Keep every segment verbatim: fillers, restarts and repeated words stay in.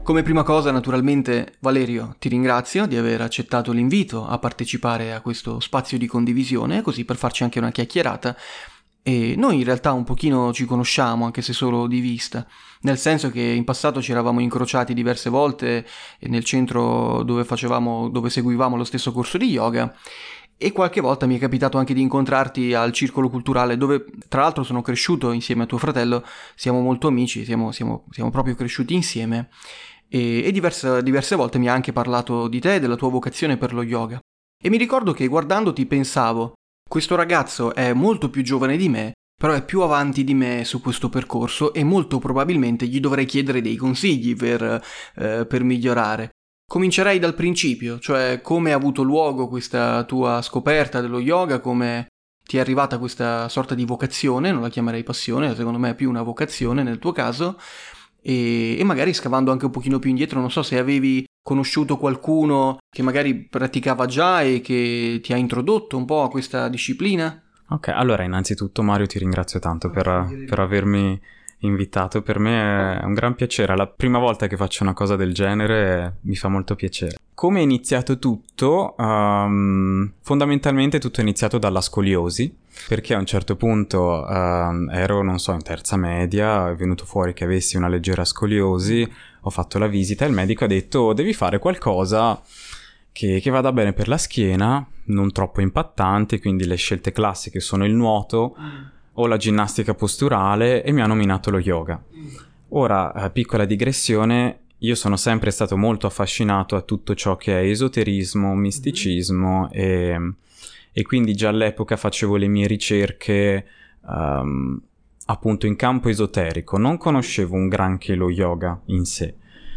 Come prima cosa, naturalmente, Valerio, ti ringrazio di aver accettato l'invito a partecipare a questo spazio di condivisione, così per farci anche una chiacchierata. E noi in realtà un pochino ci conosciamo, anche se solo di vista, nel senso che in passato ci eravamo incrociati diverse volte nel centro dove facevamo, dove seguivamo lo stesso corso di yoga, e qualche volta mi è capitato anche di incontrarti al circolo culturale, dove tra l'altro sono cresciuto insieme a tuo fratello, siamo molto amici, siamo, siamo, siamo proprio cresciuti insieme, e, e diverse, diverse volte mi ha anche parlato di te e della tua vocazione per lo yoga. E mi ricordo che guardandoti pensavo: questo ragazzo è molto più giovane di me, però è più avanti di me su questo percorso e molto probabilmente gli dovrei chiedere dei consigli per, eh, per migliorare. Comincerei dal principio, cioè come ha avuto luogo questa tua scoperta dello yoga, come ti è arrivata questa sorta di vocazione, non la chiamerei passione, secondo me è più una vocazione nel tuo caso, e, e magari scavando anche un pochino più indietro, non so se avevi conosciuto qualcuno che magari praticava già e che ti ha introdotto un po' a questa disciplina? Ok, allora innanzitutto Mario ti ringrazio tanto per, per avermi invitato, per me è un gran piacere, è la prima volta che faccio una cosa del genere, mi fa molto piacere. Come è iniziato tutto? Um, fondamentalmente tutto è iniziato dalla scoliosi, perché a un certo punto um, ero, non so, in terza media, è venuto fuori che avessi una leggera scoliosi, ho fatto la visita e il medico ha detto devi fare qualcosa che, che vada bene per la schiena, non troppo impattante, quindi le scelte classiche sono il nuoto o la ginnastica posturale, e mi ha nominato lo yoga. Ora, eh, piccola digressione, io sono sempre stato molto affascinato a tutto ciò che è esoterismo, misticismo, e, e quindi già all'epoca facevo le mie ricerche um, appunto in campo esoterico. Non conoscevo un granché lo yoga in sé.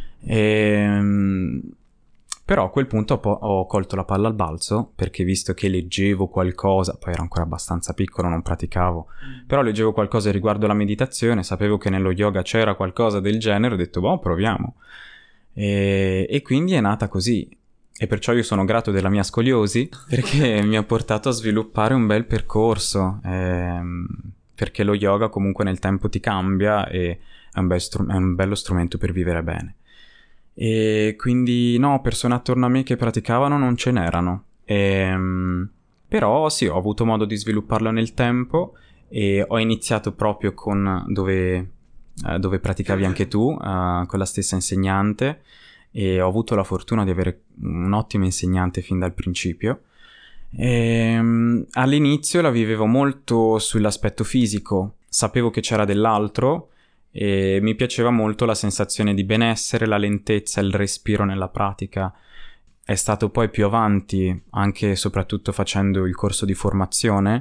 E, però a quel punto ho, po- ho colto la palla al balzo, perché visto che leggevo qualcosa, poi ero ancora abbastanza piccolo, non praticavo, però leggevo qualcosa riguardo la meditazione, sapevo che nello yoga c'era qualcosa del genere, ho detto boh, proviamo. E, e quindi è nata così. E perciò io sono grato della mia scoliosi, perché mi ha portato a sviluppare un bel percorso, ehm, perché lo yoga comunque nel tempo ti cambia e è un, bel str- è un bello strumento per vivere bene. E quindi no, persone attorno a me che praticavano non ce n'erano, e, però sì, ho avuto modo di svilupparlo nel tempo e ho iniziato proprio con dove, eh, dove praticavi anche tu, eh, con la stessa insegnante, e ho avuto la fortuna di avere un ottimo insegnante fin dal principio. E, all'inizio la vivevo molto sull'aspetto fisico, sapevo che c'era dell'altro e mi piaceva molto la sensazione di benessere, la lentezza, il respiro nella pratica. È stato poi più avanti, anche e soprattutto facendo il corso di formazione,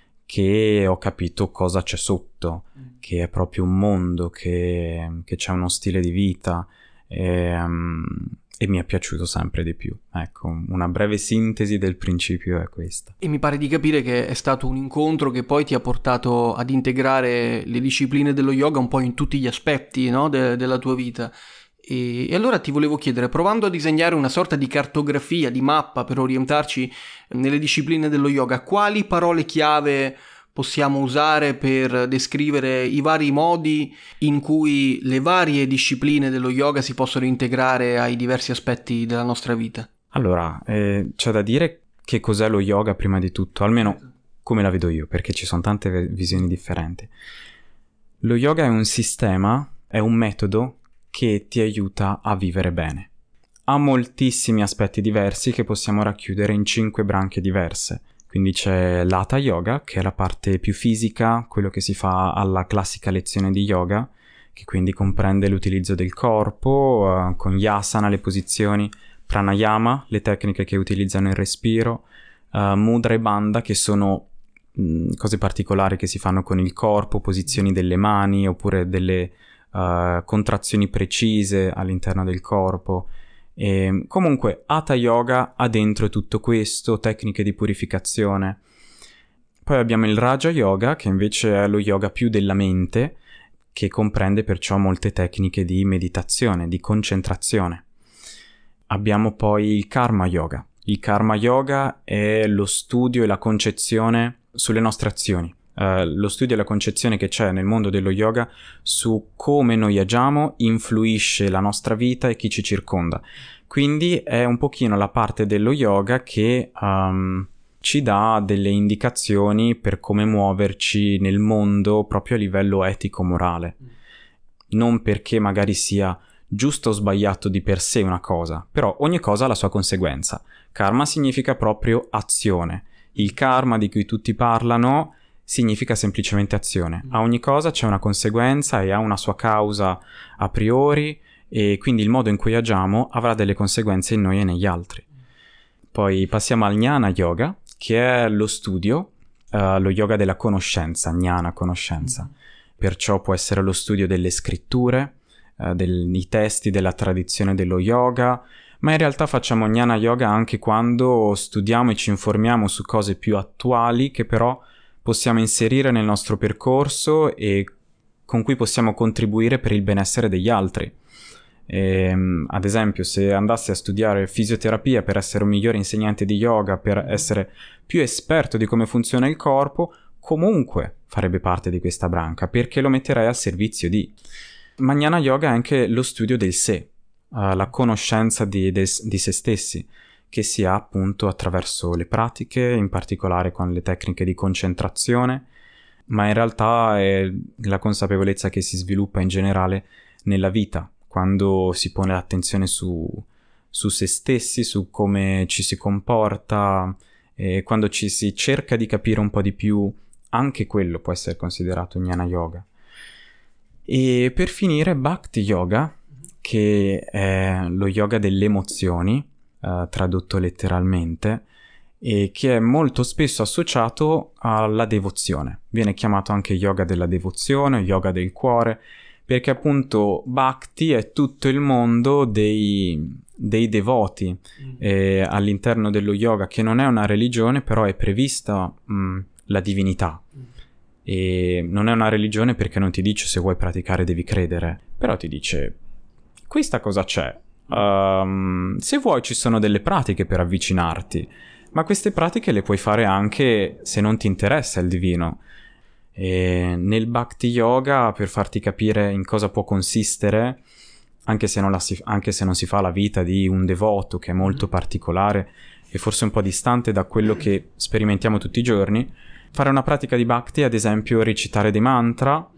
che ho capito cosa c'è sotto, che è proprio un mondo, che, che c'è uno stile di vita, e, um, e mi è piaciuto sempre di più. Ecco, una breve sintesi del principio è questa. E mi pare di capire che è stato un incontro che poi ti ha portato ad integrare le discipline dello yoga un po' in tutti gli aspetti, no, de- della tua vita. E, e allora ti volevo chiedere, provando a disegnare una sorta di cartografia, di mappa per orientarci nelle discipline dello yoga, quali parole chiave possiamo usare per descrivere i vari modi in cui le varie discipline dello yoga si possono integrare ai diversi aspetti della nostra vita? Allora, eh, c'è da dire che cos'è lo yoga prima di tutto, almeno come la vedo io, perché ci sono tante ve- visioni differenti. Lo yoga è un sistema, è un metodo che ti aiuta a vivere bene. Ha moltissimi aspetti diversi che possiamo racchiudere in cinque branche diverse. Quindi c'è l'Hatha Yoga, che è la parte più fisica, quello che si fa alla classica lezione di yoga, che quindi comprende l'utilizzo del corpo, uh, con gli asana, le posizioni, pranayama, le tecniche che utilizzano il respiro, uh, mudra e bandha, che sono mh, cose particolari che si fanno con il corpo, posizioni delle mani, oppure delle uh, contrazioni precise all'interno del corpo. E comunque Hatha Yoga ha dentro tutto questo, tecniche di purificazione. Poi abbiamo il Raja Yoga, che invece è lo yoga più della mente, che comprende perciò molte tecniche di meditazione, di concentrazione. Abbiamo poi il Karma Yoga. Il Karma Yoga è lo studio e la concezione sulle nostre azioni, uh, lo studio e la concezione che c'è nel mondo dello yoga su come noi agiamo influisce la nostra vita e chi ci circonda. Quindi è un pochino la parte dello yoga che um, ci dà delle indicazioni per come muoverci nel mondo proprio a livello etico-morale. Non perché magari sia giusto o sbagliato di per sé una cosa, però ogni cosa ha la sua conseguenza. Karma significa proprio azione. Il karma di cui tutti parlano significa semplicemente azione. A ogni cosa c'è una conseguenza e ha una sua causa a priori, e quindi il modo in cui agiamo avrà delle conseguenze in noi e negli altri. Poi passiamo al Jnana Yoga, che è lo studio, uh, lo yoga della conoscenza, Jnana, conoscenza. Perciò può essere lo studio delle scritture, uh, dei testi della tradizione dello yoga, ma in realtà facciamo Jnana Yoga anche quando studiamo e ci informiamo su cose più attuali che però possiamo inserire nel nostro percorso e con cui possiamo contribuire per il benessere degli altri. E, ad esempio, se andassi a studiare fisioterapia per essere un migliore insegnante di yoga, per essere più esperto di come funziona il corpo, comunque farebbe parte di questa branca, perché lo metterei al servizio di. Ma Jnana Yoga è anche lo studio del sé, uh, la conoscenza di, de, di se stessi, che si ha appunto attraverso le pratiche, in particolare con le tecniche di concentrazione, ma in realtà è la consapevolezza che si sviluppa in generale nella vita, quando si pone l'attenzione su, su se stessi, su come ci si comporta, e quando ci si cerca di capire un po' di più, anche quello può essere considerato Jnana Yoga. E per finire Bhakti Yoga, che è lo yoga delle emozioni, eh, tradotto letteralmente, e che è molto spesso associato alla devozione. Viene chiamato anche yoga della devozione, yoga del cuore, perché appunto Bhakti è tutto il mondo dei, dei devoti mm. eh, all'interno dello yoga, che non è una religione, però è prevista mh, la divinità. Mm. E non è una religione perché non ti dice se vuoi praticare devi credere, però ti dice questa cosa c'è, um, se vuoi ci sono delle pratiche per avvicinarti, ma queste pratiche le puoi fare anche se non ti interessa il divino. E nel Bhakti Yoga, per farti capire in cosa può consistere, anche se, non la si, anche se non si fa la vita di un devoto, che è molto particolare e forse un po' distante da quello che sperimentiamo tutti i giorni, fare una pratica di Bhakti è ad esempio recitare dei mantra,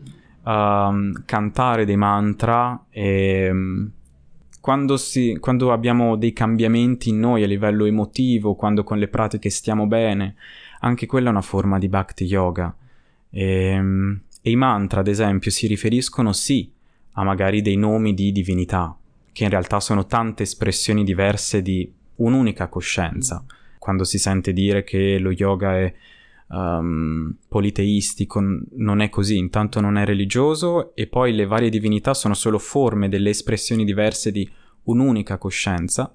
um, cantare dei mantra, e um, quando, si, quando abbiamo dei cambiamenti in noi a livello emotivo, quando con le pratiche stiamo bene, anche quella è una forma di Bhakti Yoga. E, e i mantra, ad esempio, si riferiscono sì a magari dei nomi di divinità, che in realtà sono tante espressioni diverse di un'unica coscienza. Quando si sente dire che lo yoga è um, politeistico, non è così. Intanto non è religioso, e poi le varie divinità sono solo forme delle espressioni diverse di un'unica coscienza.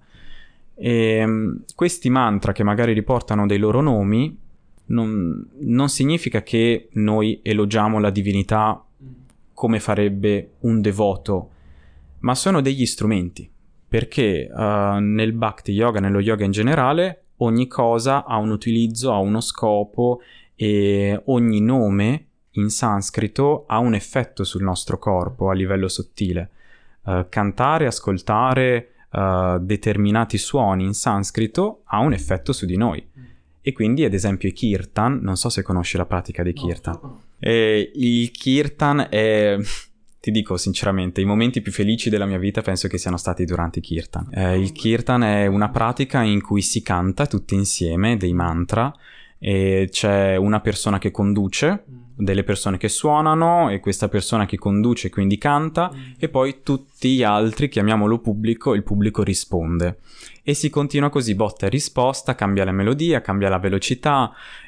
E um, questi mantra, che magari riportano dei loro nomi, Non, non significa che noi elogiamo la divinità come farebbe un devoto, ma sono degli strumenti, perché uh, nel Bhakti Yoga, nello yoga in generale, ogni cosa ha un utilizzo, ha uno scopo, e ogni nome in sanscrito ha un effetto sul nostro corpo a livello sottile. Uh, cantare, ascoltare uh, determinati suoni in sanscrito ha un effetto su di noi. E quindi, ad esempio, i kirtan, non so se conosci la pratica dei kirtan. No, e il kirtan è, ti dico sinceramente, i momenti più felici della mia vita penso che siano stati durante i kirtan. Eh, il kirtan è una pratica in cui si canta tutti insieme dei mantra, e c'è una persona che conduce, delle persone che suonano, e questa persona che conduce quindi canta, e poi tutti gli altri, chiamiamolo pubblico, il pubblico risponde. E si continua così, botta e risposta, cambia la melodia, cambia la velocità,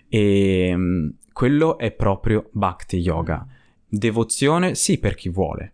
e um, quello è proprio Bhakti Yoga. Devozione sì per chi vuole,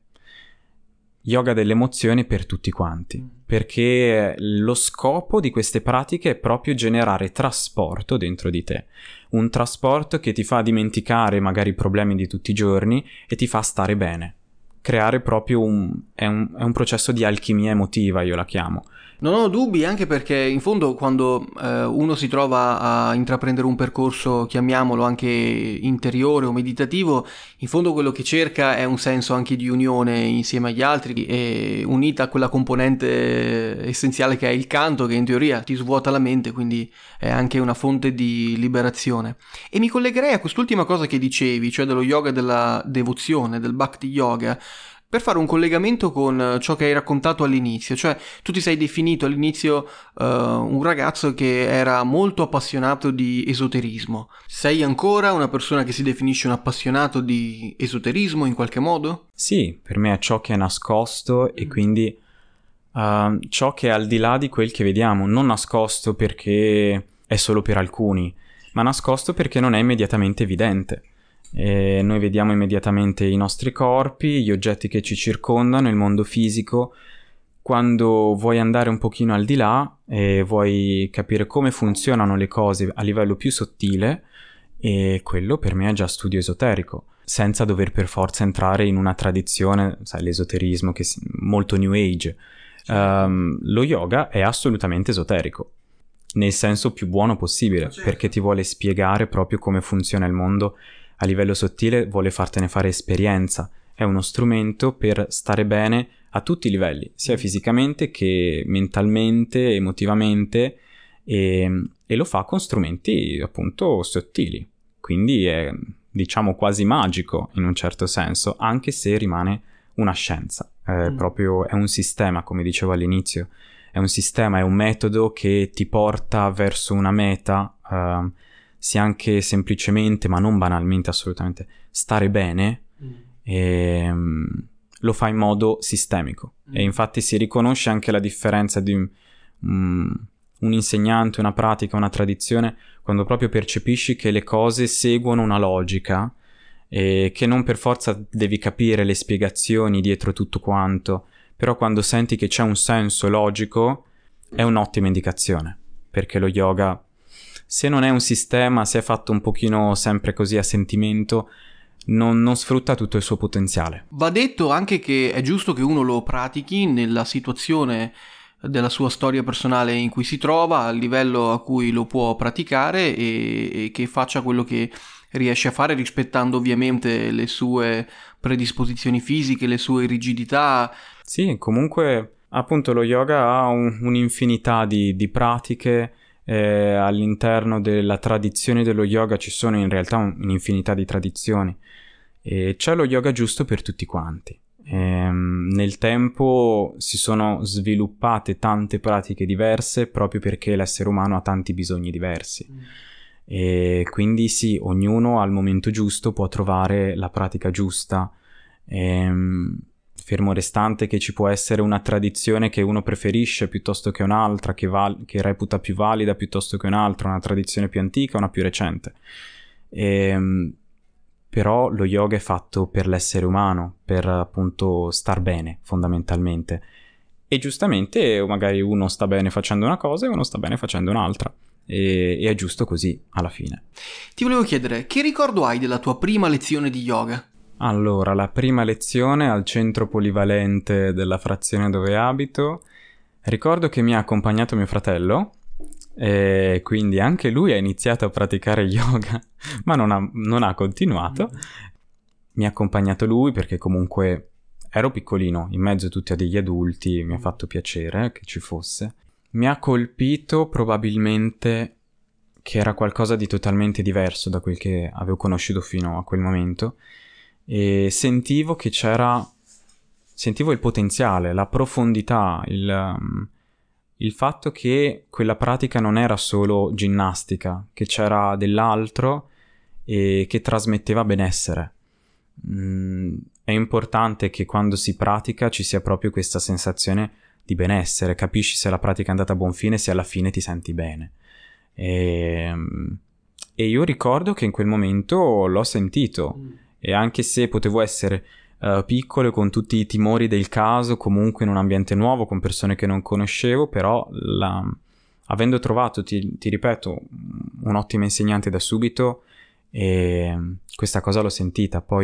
yoga delle emozioni per tutti quanti, perché lo scopo di queste pratiche è proprio generare trasporto dentro di te, un trasporto che ti fa dimenticare magari i problemi di tutti i giorni e ti fa stare bene. creare proprio un è, un... è un processo di alchimia emotiva, io la chiamo. Non ho dubbi, anche perché in fondo quando eh, uno si trova a intraprendere un percorso, chiamiamolo anche interiore o meditativo, in fondo quello che cerca è un senso anche di unione insieme agli altri, e unita a quella componente essenziale che è il canto, che in teoria ti svuota la mente, quindi è anche una fonte di liberazione. E mi collegherei a quest'ultima cosa che dicevi, cioè dello yoga della devozione, del bhakti yoga, per fare un collegamento con ciò che hai raccontato all'inizio. Cioè tu ti sei definito all'inizio uh, un ragazzo che era molto appassionato di esoterismo. Sei ancora una persona che si definisce un appassionato di esoterismo in qualche modo? Sì, per me è ciò che è nascosto e quindi uh, ciò che è al di là di quel che vediamo, non nascosto perché è solo per alcuni, ma nascosto perché non è immediatamente evidente. E noi vediamo immediatamente i nostri corpi, gli oggetti che ci circondano, il mondo fisico. Quando vuoi andare un pochino al di là e vuoi capire come funzionano le cose a livello più sottile, e quello per me è già studio esoterico, senza dover per forza entrare in una tradizione, sai, l'esoterismo che è molto new age. Um, lo yoga è assolutamente esoterico, nel senso più buono possibile, certo, perché ti vuole spiegare proprio come funziona il mondo a livello sottile, vuole fartene fare esperienza. È uno strumento per stare bene a tutti i livelli, sia fisicamente che mentalmente, emotivamente, e, e lo fa con strumenti appunto sottili. Quindi è, diciamo, quasi magico in un certo senso, anche se rimane una scienza. È mm. proprio è un sistema, come dicevo all'inizio, è un sistema, è un metodo che ti porta verso una meta, uh, sia anche semplicemente, ma non banalmente, assolutamente, stare bene, mm. e um, lo fa in modo sistemico. Mm. E infatti si riconosce anche la differenza di um, un insegnante, una pratica, una tradizione, quando proprio percepisci che le cose seguono una logica e che non per forza devi capire le spiegazioni dietro tutto quanto, però quando senti che c'è un senso logico è un'ottima indicazione, perché lo yoga, se non è un sistema, se è fatto un pochino sempre così a sentimento, non, non sfrutta tutto il suo potenziale. Va detto anche che è giusto che uno lo pratichi nella situazione della sua storia personale in cui si trova, al livello a cui lo può praticare, e, e che faccia quello che riesce a fare, rispettando ovviamente le sue predisposizioni fisiche, le sue rigidità. Sì, comunque appunto lo yoga ha un, un'infinità di, di pratiche. Eh, all'interno della tradizione dello yoga ci sono in realtà un, un'infinità di tradizioni, e c'è lo yoga giusto per tutti quanti. E, nel tempo si sono sviluppate tante pratiche diverse proprio perché l'essere umano ha tanti bisogni diversi, mm. e quindi sì, ognuno al momento giusto può trovare la pratica giusta. E, fermo restante che ci può essere una tradizione che uno preferisce piuttosto che un'altra, che, val- che reputa più valida piuttosto che un'altra, una tradizione più antica, una più recente. E, però lo yoga è fatto per l'essere umano, per appunto star bene fondamentalmente. E giustamente magari uno sta bene facendo una cosa e uno sta bene facendo un'altra. E, e è giusto così alla fine. Ti volevo chiedere, che ricordo hai della tua prima lezione di yoga? Allora, la prima lezione al centro polivalente della frazione dove abito, ricordo che mi ha accompagnato mio fratello, e quindi anche lui ha iniziato a praticare yoga, ma non ha, non ha continuato. Mm. Mi ha accompagnato lui perché comunque ero piccolino, in mezzo tutti a degli adulti, mi ha fatto piacere che ci fosse. Mi ha colpito probabilmente che era qualcosa di totalmente diverso da quel che avevo conosciuto fino a quel momento. E sentivo che c'era sentivo il potenziale, la profondità, il, um, il fatto che quella pratica non era solo ginnastica, che c'era dell'altro e che trasmetteva benessere. Mm, è importante che quando si pratica ci sia proprio questa sensazione di benessere, capisci se la pratica è andata a buon fine, se alla fine ti senti bene. E, e io ricordo che in quel momento l'ho sentito. Mm. E anche se potevo essere uh, piccolo e con tutti i timori del caso, comunque in un ambiente nuovo, con persone che non conoscevo, però la... avendo trovato, ti, ti ripeto, un ottimo insegnante da subito, e questa cosa l'ho sentita. Poi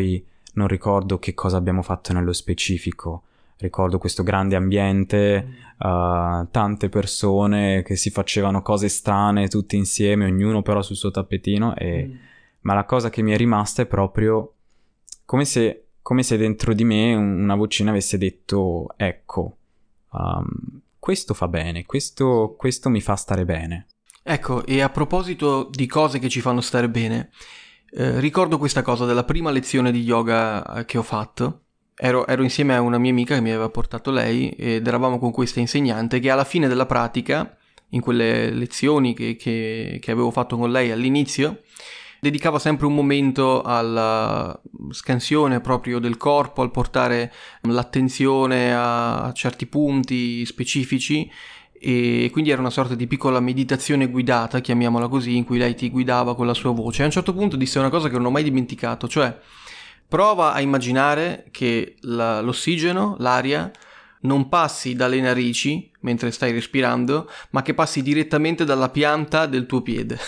non ricordo che cosa abbiamo fatto nello specifico. Ricordo questo grande ambiente, uh, tante persone che si facevano cose strane tutti insieme, ognuno però sul suo tappetino, e... mm. ma la cosa che mi è rimasta è proprio come se, come se dentro di me una vocina avesse detto: ecco, um, questo fa bene, questo, questo mi fa stare bene. Ecco, e a proposito di cose che ci fanno stare bene, eh, ricordo questa cosa della prima lezione di yoga che ho fatto. Ero, ero insieme a una mia amica che mi aveva portato lei, ed eravamo con questa insegnante che alla fine della pratica, in quelle lezioni che, che, che avevo fatto con lei all'inizio, dedicava sempre un momento alla scansione proprio del corpo, al portare l'attenzione a certi punti specifici, e quindi era una sorta di piccola meditazione guidata, chiamiamola così, in cui lei ti guidava con la sua voce. E a un certo punto disse una cosa che non ho mai dimenticato, cioè: prova a immaginare che la, l'ossigeno, l'aria, non passi dalle narici mentre stai respirando, ma che passi direttamente dalla pianta del tuo piede.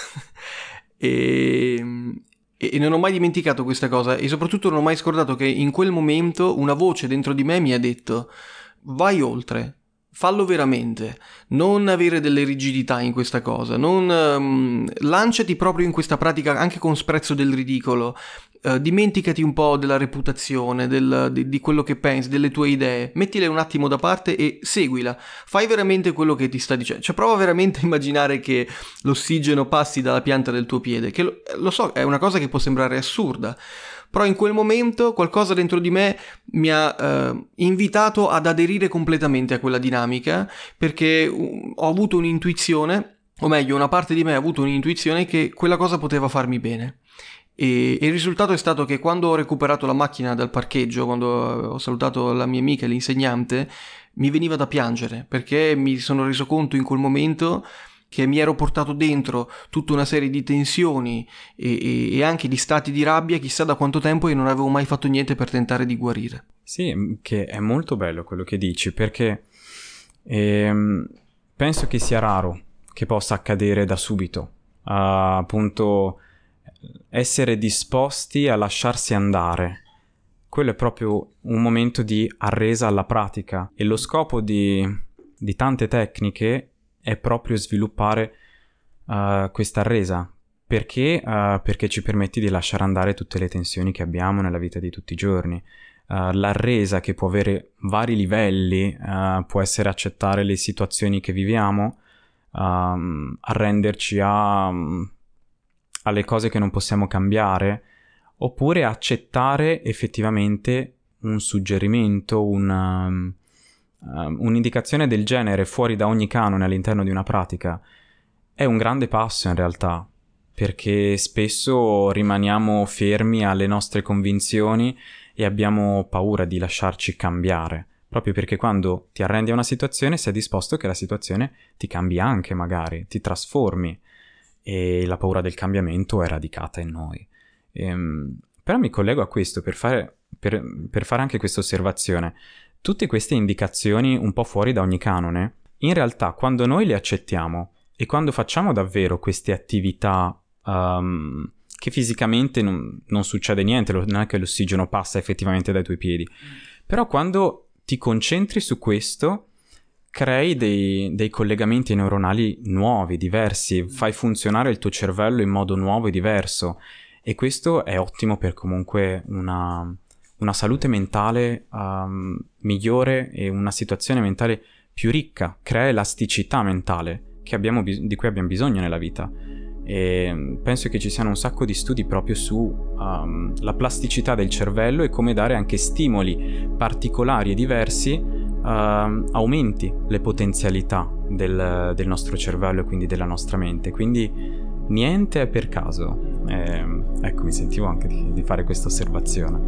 e, e non ho mai dimenticato questa cosa, e soprattutto non ho mai scordato che in quel momento una voce dentro di me mi ha detto: vai oltre, fallo veramente, non avere delle rigidità in questa cosa, non um, lanciati proprio in questa pratica anche con sprezzo del ridicolo. Uh, dimenticati un po' della reputazione, del, di, di quello che pensi, delle tue idee, mettile un attimo da parte e seguila, fai veramente quello che ti sta dicendo, cioè prova veramente a immaginare che l'ossigeno passi dalla pianta del tuo piede, che lo, lo so, è una cosa che può sembrare assurda, però in quel momento qualcosa dentro di me mi ha uh, invitato ad aderire completamente a quella dinamica, perché uh, ho avuto un'intuizione, o meglio una parte di me ha avuto un'intuizione che quella cosa poteva farmi bene. E il risultato è stato che quando ho recuperato la macchina dal parcheggio, quando ho salutato la mia amica, l'insegnante, mi veniva da piangere, perché mi sono reso conto in quel momento che mi ero portato dentro tutta una serie di tensioni e, e, e anche di stati di rabbia, chissà da quanto tempo, e non avevo mai fatto niente per tentare di guarire. Sì, che è molto bello quello che dici, perché ehm, penso che sia raro che possa accadere da subito. Uh, appunto... essere disposti a lasciarsi andare, quello è proprio un momento di arresa alla pratica, e lo scopo di, di tante tecniche è proprio sviluppare uh, questa arresa, perché, uh, perché ci permette di lasciare andare tutte le tensioni che abbiamo nella vita di tutti i giorni. Uh, l'arresa, che può avere vari livelli, uh, può essere accettare le situazioni che viviamo, uh, arrenderci a... Um, alle cose che non possiamo cambiare, oppure accettare effettivamente un suggerimento, una, um, un'indicazione del genere fuori da ogni canone all'interno di una pratica. È un grande passo in realtà, perché spesso rimaniamo fermi alle nostre convinzioni e abbiamo paura di lasciarci cambiare, proprio perché quando ti arrendi a una situazione sei disposto che la situazione ti cambi anche, magari, ti trasformi. E la paura del cambiamento è radicata in noi. Ehm, però mi collego a questo per fare, per, per fare anche questa osservazione. Tutte queste indicazioni un po' fuori da ogni canone, in realtà quando noi le accettiamo e quando facciamo davvero queste attività um, che fisicamente non, non succede niente, non è che l'ossigeno passa effettivamente dai tuoi piedi, però quando ti concentri su questo crei dei, dei collegamenti neuronali nuovi, diversi, fai funzionare il tuo cervello in modo nuovo e diverso, e questo è ottimo per comunque una, una salute mentale um, migliore e una situazione mentale più ricca, crea elasticità mentale che abbiamo bis- di cui abbiamo bisogno nella vita. E penso che ci siano un sacco di studi proprio su um, la plasticità del cervello e come dare anche stimoli particolari e diversi Uh, aumenti le potenzialità del, del nostro cervello e quindi della nostra mente. Quindi niente è per caso. Eh, ecco, mi sentivo anche di, di fare questa osservazione.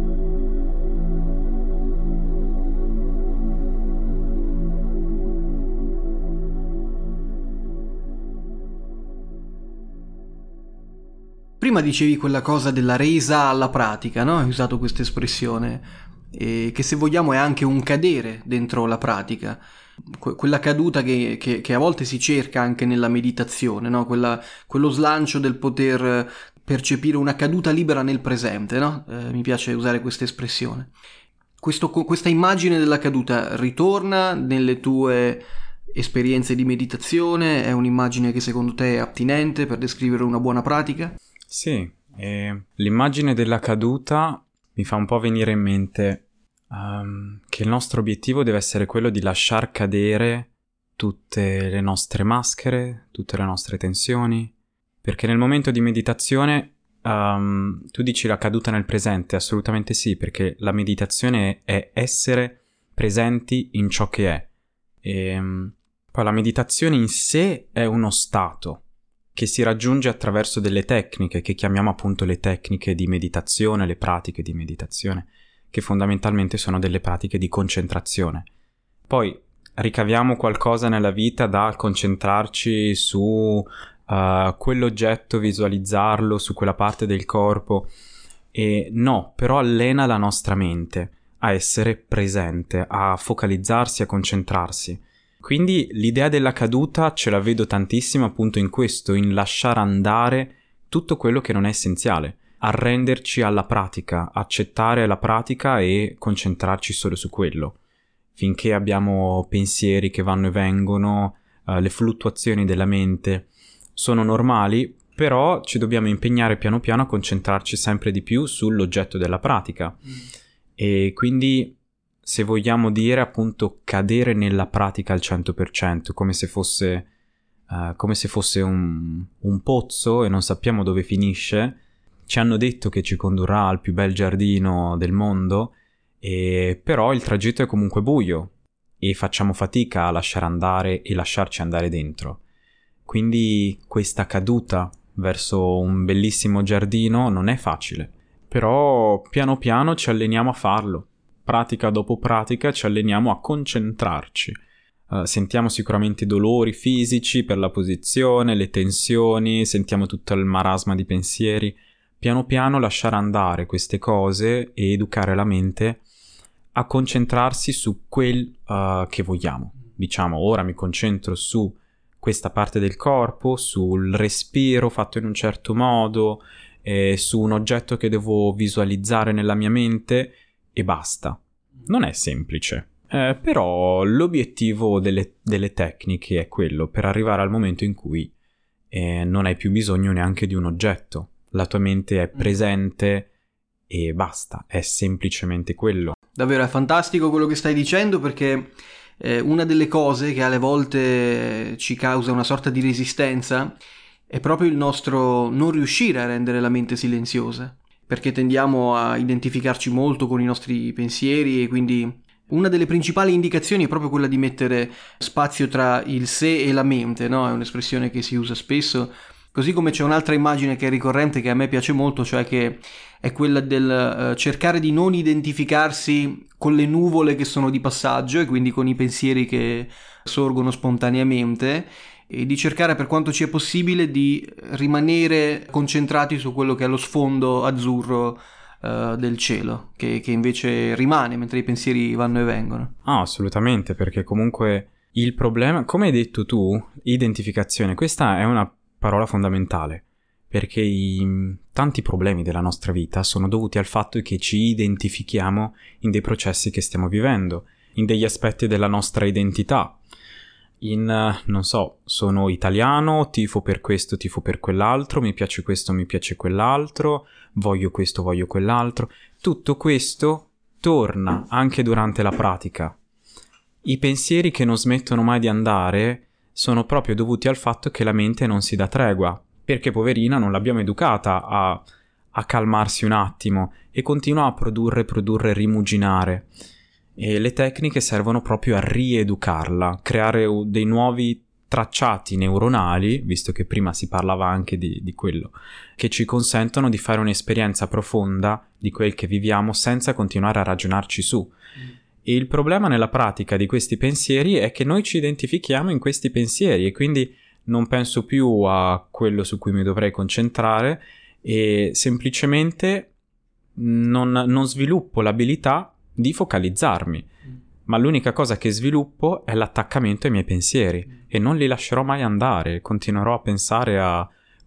Prima dicevi quella cosa della resa alla pratica, no? Hai usato questa espressione. E che se vogliamo è anche un cadere dentro la pratica, que- quella caduta che, che, che a volte si cerca anche nella meditazione, no? Quella, quello slancio del poter percepire una caduta libera nel presente, no? Eh, mi piace usare questa espressione. Questo, questa immagine della caduta ritorna nelle tue esperienze di meditazione? È un'immagine che secondo te è attinente per descrivere una buona pratica? Sì, e l'immagine della caduta mi fa un po' venire in mente um, che il nostro obiettivo deve essere quello di lasciar cadere tutte le nostre maschere, tutte le nostre tensioni, perché nel momento di meditazione um, tu dici la caduta nel presente, assolutamente sì, perché la meditazione è essere presenti in ciò che è. E um, poi la meditazione in sé è uno stato che si raggiunge attraverso delle tecniche che chiamiamo appunto le tecniche di meditazione, le pratiche di meditazione, che fondamentalmente sono delle pratiche di concentrazione. Poi ricaviamo qualcosa nella vita da concentrarci su uh, quell'oggetto, visualizzarlo, su quella parte del corpo, e no, però allena la nostra mente a essere presente, a focalizzarsi, a concentrarsi. Quindi l'idea della caduta ce la vedo tantissimo appunto in questo, in lasciare andare tutto quello che non è essenziale, arrenderci alla pratica, accettare la pratica e concentrarci solo su quello. Finché abbiamo pensieri che vanno e vengono, uh, le fluttuazioni della mente sono normali, però ci dobbiamo impegnare piano piano a concentrarci sempre di più sull'oggetto della pratica. Mm. E quindi, se vogliamo dire appunto cadere nella pratica al cento per cento, come se fosse, uh, come se fosse un, un pozzo e non sappiamo dove finisce, ci hanno detto che ci condurrà al più bel giardino del mondo, e però il tragitto è comunque buio e facciamo fatica a lasciare andare e lasciarci andare dentro. Quindi questa caduta verso un bellissimo giardino non è facile, però piano piano ci alleniamo a farlo. Pratica dopo pratica ci alleniamo a concentrarci. Uh, sentiamo sicuramente i dolori fisici per la posizione, le tensioni, sentiamo tutto il marasma di pensieri. Piano piano lasciare andare queste cose e educare la mente a concentrarsi su quel uh, che vogliamo. Diciamo, ora mi concentro su questa parte del corpo, sul respiro fatto in un certo modo, eh, su un oggetto che devo visualizzare nella mia mente, e basta. Non è semplice, eh, però l'obiettivo delle, delle tecniche è quello, per arrivare al momento in cui eh, non hai più bisogno neanche di un oggetto. La tua mente è presente e basta, è semplicemente quello. Davvero è fantastico quello che stai dicendo, perché eh, una delle cose che alle volte ci causa una sorta di resistenza è proprio il nostro non riuscire a rendere la mente silenziosa, perché tendiamo a identificarci molto con i nostri pensieri, e quindi una delle principali indicazioni è proprio quella di mettere spazio tra il sé e la mente, no? È un'espressione che si usa spesso. Così come c'è un'altra immagine che è ricorrente, che a me piace molto, cioè che è quella del uh, cercare di non identificarsi con le nuvole che sono di passaggio, e quindi con i pensieri che sorgono spontaneamente, e di cercare per quanto ci è possibile di rimanere concentrati su quello che è lo sfondo azzurro uh, del cielo, che, che invece rimane mentre i pensieri vanno e vengono. Ah, assolutamente, perché comunque il problema, come hai detto tu, identificazione, questa è una parola fondamentale, perché i tanti problemi della nostra vita sono dovuti al fatto che ci identifichiamo in dei processi che stiamo vivendo, in degli aspetti della nostra identità. In, non so, sono italiano, tifo per questo, tifo per quell'altro, mi piace questo, mi piace quell'altro, voglio questo, voglio quell'altro. Tutto questo torna anche durante la pratica. I pensieri che non smettono mai di andare sono proprio dovuti al fatto che la mente non si dà tregua, perché poverina non l'abbiamo educata a, a calmarsi un attimo e continua a produrre, produrre, rimuginare. E le tecniche servono proprio a rieducarla, creare dei nuovi tracciati neuronali, visto che prima si parlava anche di, di quello, che ci consentono di fare un'esperienza profonda di quel che viviamo senza continuare a ragionarci su. Mm. E il problema nella pratica di questi pensieri è che noi ci identifichiamo in questi pensieri e quindi non penso più a quello su cui mi dovrei concentrare e semplicemente non, non sviluppo l'abilità di focalizzarmi. Ma l'unica cosa che sviluppo è l'attaccamento ai miei pensieri e non li lascerò mai andare, continuerò a pensare a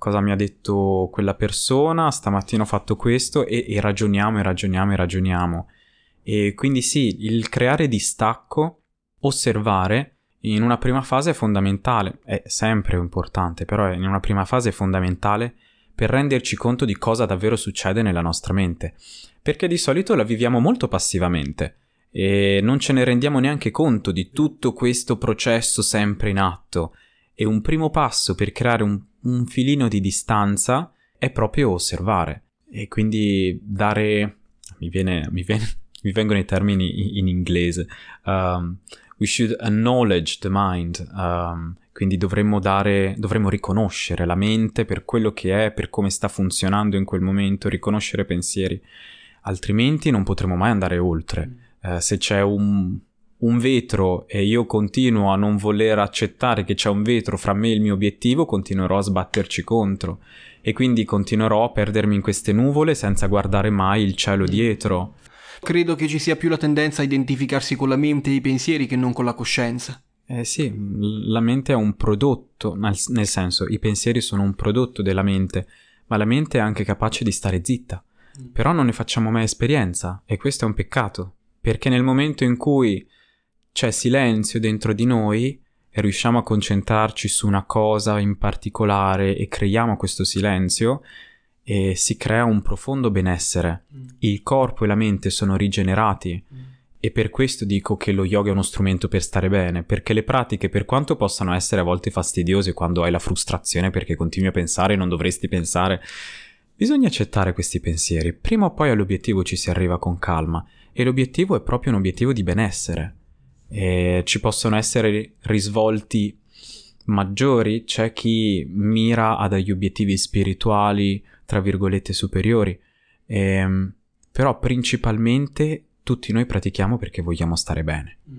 cosa mi ha detto quella persona, stamattina ho fatto questo e, e ragioniamo e ragioniamo e ragioniamo. E quindi sì, il creare distacco, osservare, in una prima fase è fondamentale, è sempre importante, però in una prima fase è fondamentale per renderci conto di cosa davvero succede nella nostra mente, perché di solito la viviamo molto passivamente e non ce ne rendiamo neanche conto di tutto questo processo sempre in atto. E un primo passo per creare un, un filino di distanza è proprio osservare e quindi dare, mi viene, mi viene, mi vengono i termini in, in inglese, um, we should acknowledge the mind, um, quindi dovremmo dare, dovremmo riconoscere la mente per quello che è, per come sta funzionando in quel momento, riconoscere pensieri, altrimenti non potremo mai andare oltre. Uh, se c'è un, un vetro e io continuo a non voler accettare che c'è un vetro fra me e il mio obiettivo, continuerò a sbatterci contro e quindi continuerò a perdermi in queste nuvole senza guardare mai il cielo dietro. Credo che ci sia più la tendenza a identificarsi con la mente e i pensieri che non con la coscienza. Eh sì, la mente è un prodotto, nel, nel senso, i pensieri sono un prodotto della mente, ma la mente è anche capace di stare zitta. Però non ne facciamo mai esperienza e questo è un peccato, perché nel momento in cui c'è silenzio dentro di noi e riusciamo a concentrarci su una cosa in particolare e creiamo questo silenzio, e si crea un profondo benessere. Mm. Il corpo e la mente sono rigenerati mm. e per questo dico che lo yoga è uno strumento per stare bene, perché le pratiche, per quanto possano essere a volte fastidiose quando hai la frustrazione perché continui a pensare e non dovresti pensare, bisogna accettare questi pensieri. Prima o poi all'obiettivo ci si arriva con calma e l'obiettivo è proprio un obiettivo di benessere. E ci possono essere risvolti maggiori, c'è chi mira a degli obiettivi spirituali tra virgolette superiori, ehm, però principalmente tutti noi pratichiamo perché vogliamo stare bene mm.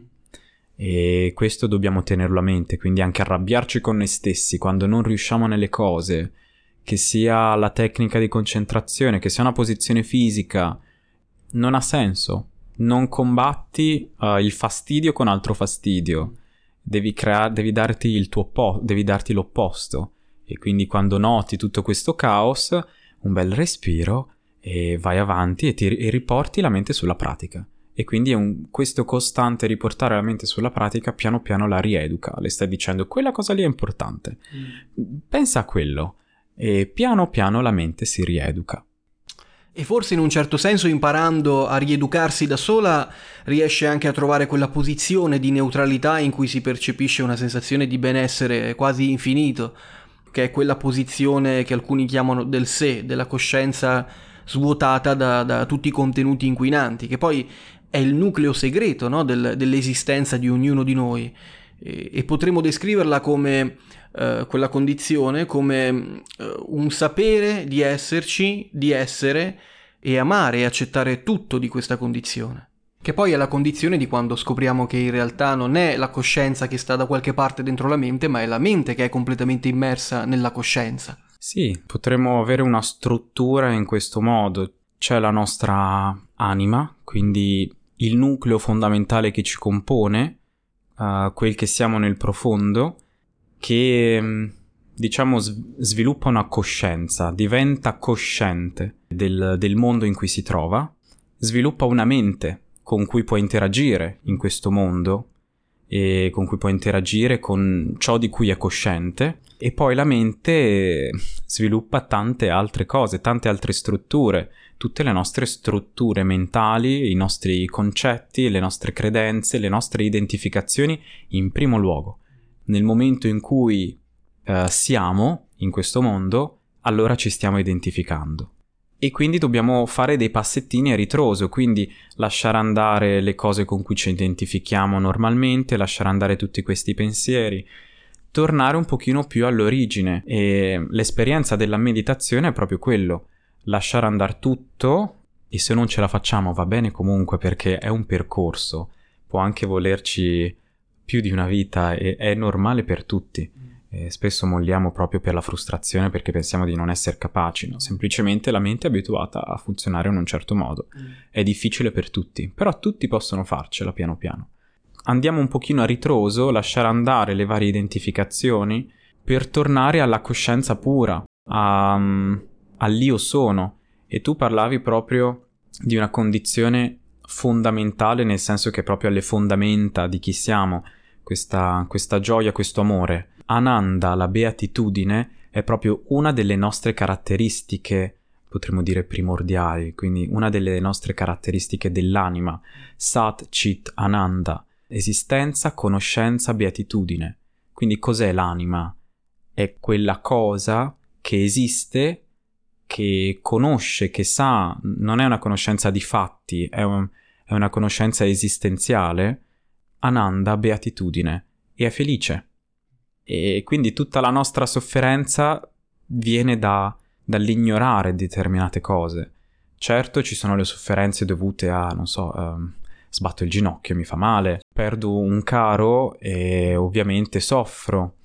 e questo dobbiamo tenerlo a mente, quindi anche arrabbiarci con noi stessi quando non riusciamo nelle cose, che sia la tecnica di concentrazione, che sia una posizione fisica, non ha senso. Non combatti uh, il fastidio con altro fastidio, devi creare, devi darti il tuo oppo- devi darti l'opposto. E quindi quando noti tutto questo caos, un bel respiro e vai avanti e, ti, e riporti la mente sulla pratica. E quindi è un, questo costante riportare la mente sulla pratica piano piano la rieduca. Le stai dicendo quella cosa lì è importante. Mm. Pensa a quello. E piano piano la mente si rieduca. E forse in un certo senso imparando a rieducarsi da sola riesce anche a trovare quella posizione di neutralità in cui si percepisce una sensazione di benessere quasi infinito, che è quella posizione che alcuni chiamano del sé, della coscienza svuotata da, da tutti i contenuti inquinanti, che poi è il nucleo segreto, no, del, dell'esistenza di ognuno di noi. E, e potremmo descriverla come uh, quella condizione, come uh, un sapere di esserci, di essere e amare e accettare tutto di questa condizione. Che poi è la condizione di quando scopriamo che in realtà non è la coscienza che sta da qualche parte dentro la mente, ma è la mente che è completamente immersa nella coscienza. Sì, potremmo avere una struttura in questo modo. C'è la nostra anima, quindi il nucleo fondamentale che ci compone, uh, quel che siamo nel profondo, che diciamo sviluppa una coscienza, diventa cosciente del, del mondo in cui si trova, sviluppa una mente con cui può interagire in questo mondo e con cui può interagire con ciò di cui è cosciente, e poi la mente sviluppa tante altre cose, tante altre strutture, tutte le nostre strutture mentali, i nostri concetti, le nostre credenze, le nostre identificazioni in primo luogo. Nel momento in cui uh, siamo in questo mondo, allora ci stiamo identificando. E quindi dobbiamo fare dei passettini a ritroso, quindi lasciare andare le cose con cui ci identifichiamo normalmente, lasciare andare tutti questi pensieri, tornare un pochino più all'origine. E l'esperienza della meditazione è proprio quello, lasciare andare tutto, e se non ce la facciamo va bene comunque perché è un percorso, può anche volerci più di una vita e è normale per tutti. E spesso molliamo proprio per la frustrazione perché pensiamo di non essere capaci, no? Semplicemente la mente è abituata a funzionare in un certo modo. Mm. È difficile per tutti, però tutti possono farcela piano piano. Andiamo un pochino a ritroso, lasciare andare le varie identificazioni per tornare alla coscienza pura. a, all'io sono, e tu parlavi proprio di una condizione fondamentale, nel senso che è proprio alle fondamenta di chi siamo, questa, questa gioia, questo amore. Ananda, la beatitudine, è proprio una delle nostre caratteristiche, potremmo dire primordiali, quindi una delle nostre caratteristiche dell'anima. Sat, Chit, Ananda, esistenza, conoscenza, beatitudine. Quindi cos'è l'anima? È quella cosa che esiste, che conosce, che sa, non è una conoscenza di fatti, è, un, è una conoscenza esistenziale. Ananda, beatitudine, e è felice. E quindi tutta la nostra sofferenza viene da, dall'ignorare determinate cose. Certo, ci sono le sofferenze dovute a, non so, um, sbatto il ginocchio, mi fa male, perdo un caro e ovviamente soffro.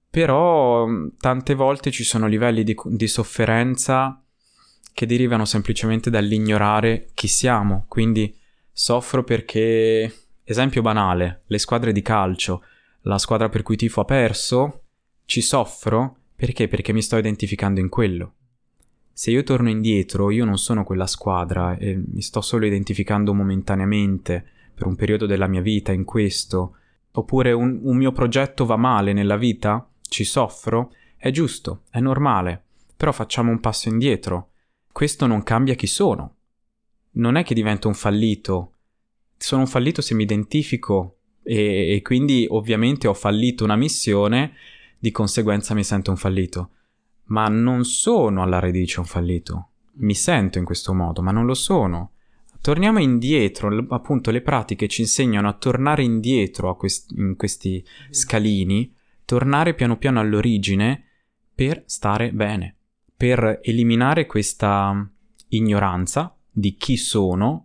Però tante volte ci sono livelli di, di sofferenza che derivano semplicemente dall'ignorare chi siamo. Quindi soffro perché, esempio banale, le squadre di calcio, la squadra per cui tifo ha perso, ci soffro perché? Perché mi sto identificando in quello. Se io torno indietro, io non sono quella squadra e mi sto solo identificando momentaneamente per un periodo della mia vita in questo, oppure un, un mio progetto va male nella vita, ci soffro, è giusto, è normale, però facciamo un passo indietro. Questo non cambia chi sono. Non è che divento un fallito. Sono un fallito se mi identifico e, e quindi ovviamente ho fallito una missione, di conseguenza mi sento un fallito. Ma non sono alla radice un fallito. Mi sento in questo modo, ma non lo sono. Torniamo indietro, appunto le pratiche ci insegnano a tornare indietro a quest- in questi scalini, tornare piano piano all'origine per stare bene, per eliminare questa ignoranza di chi sono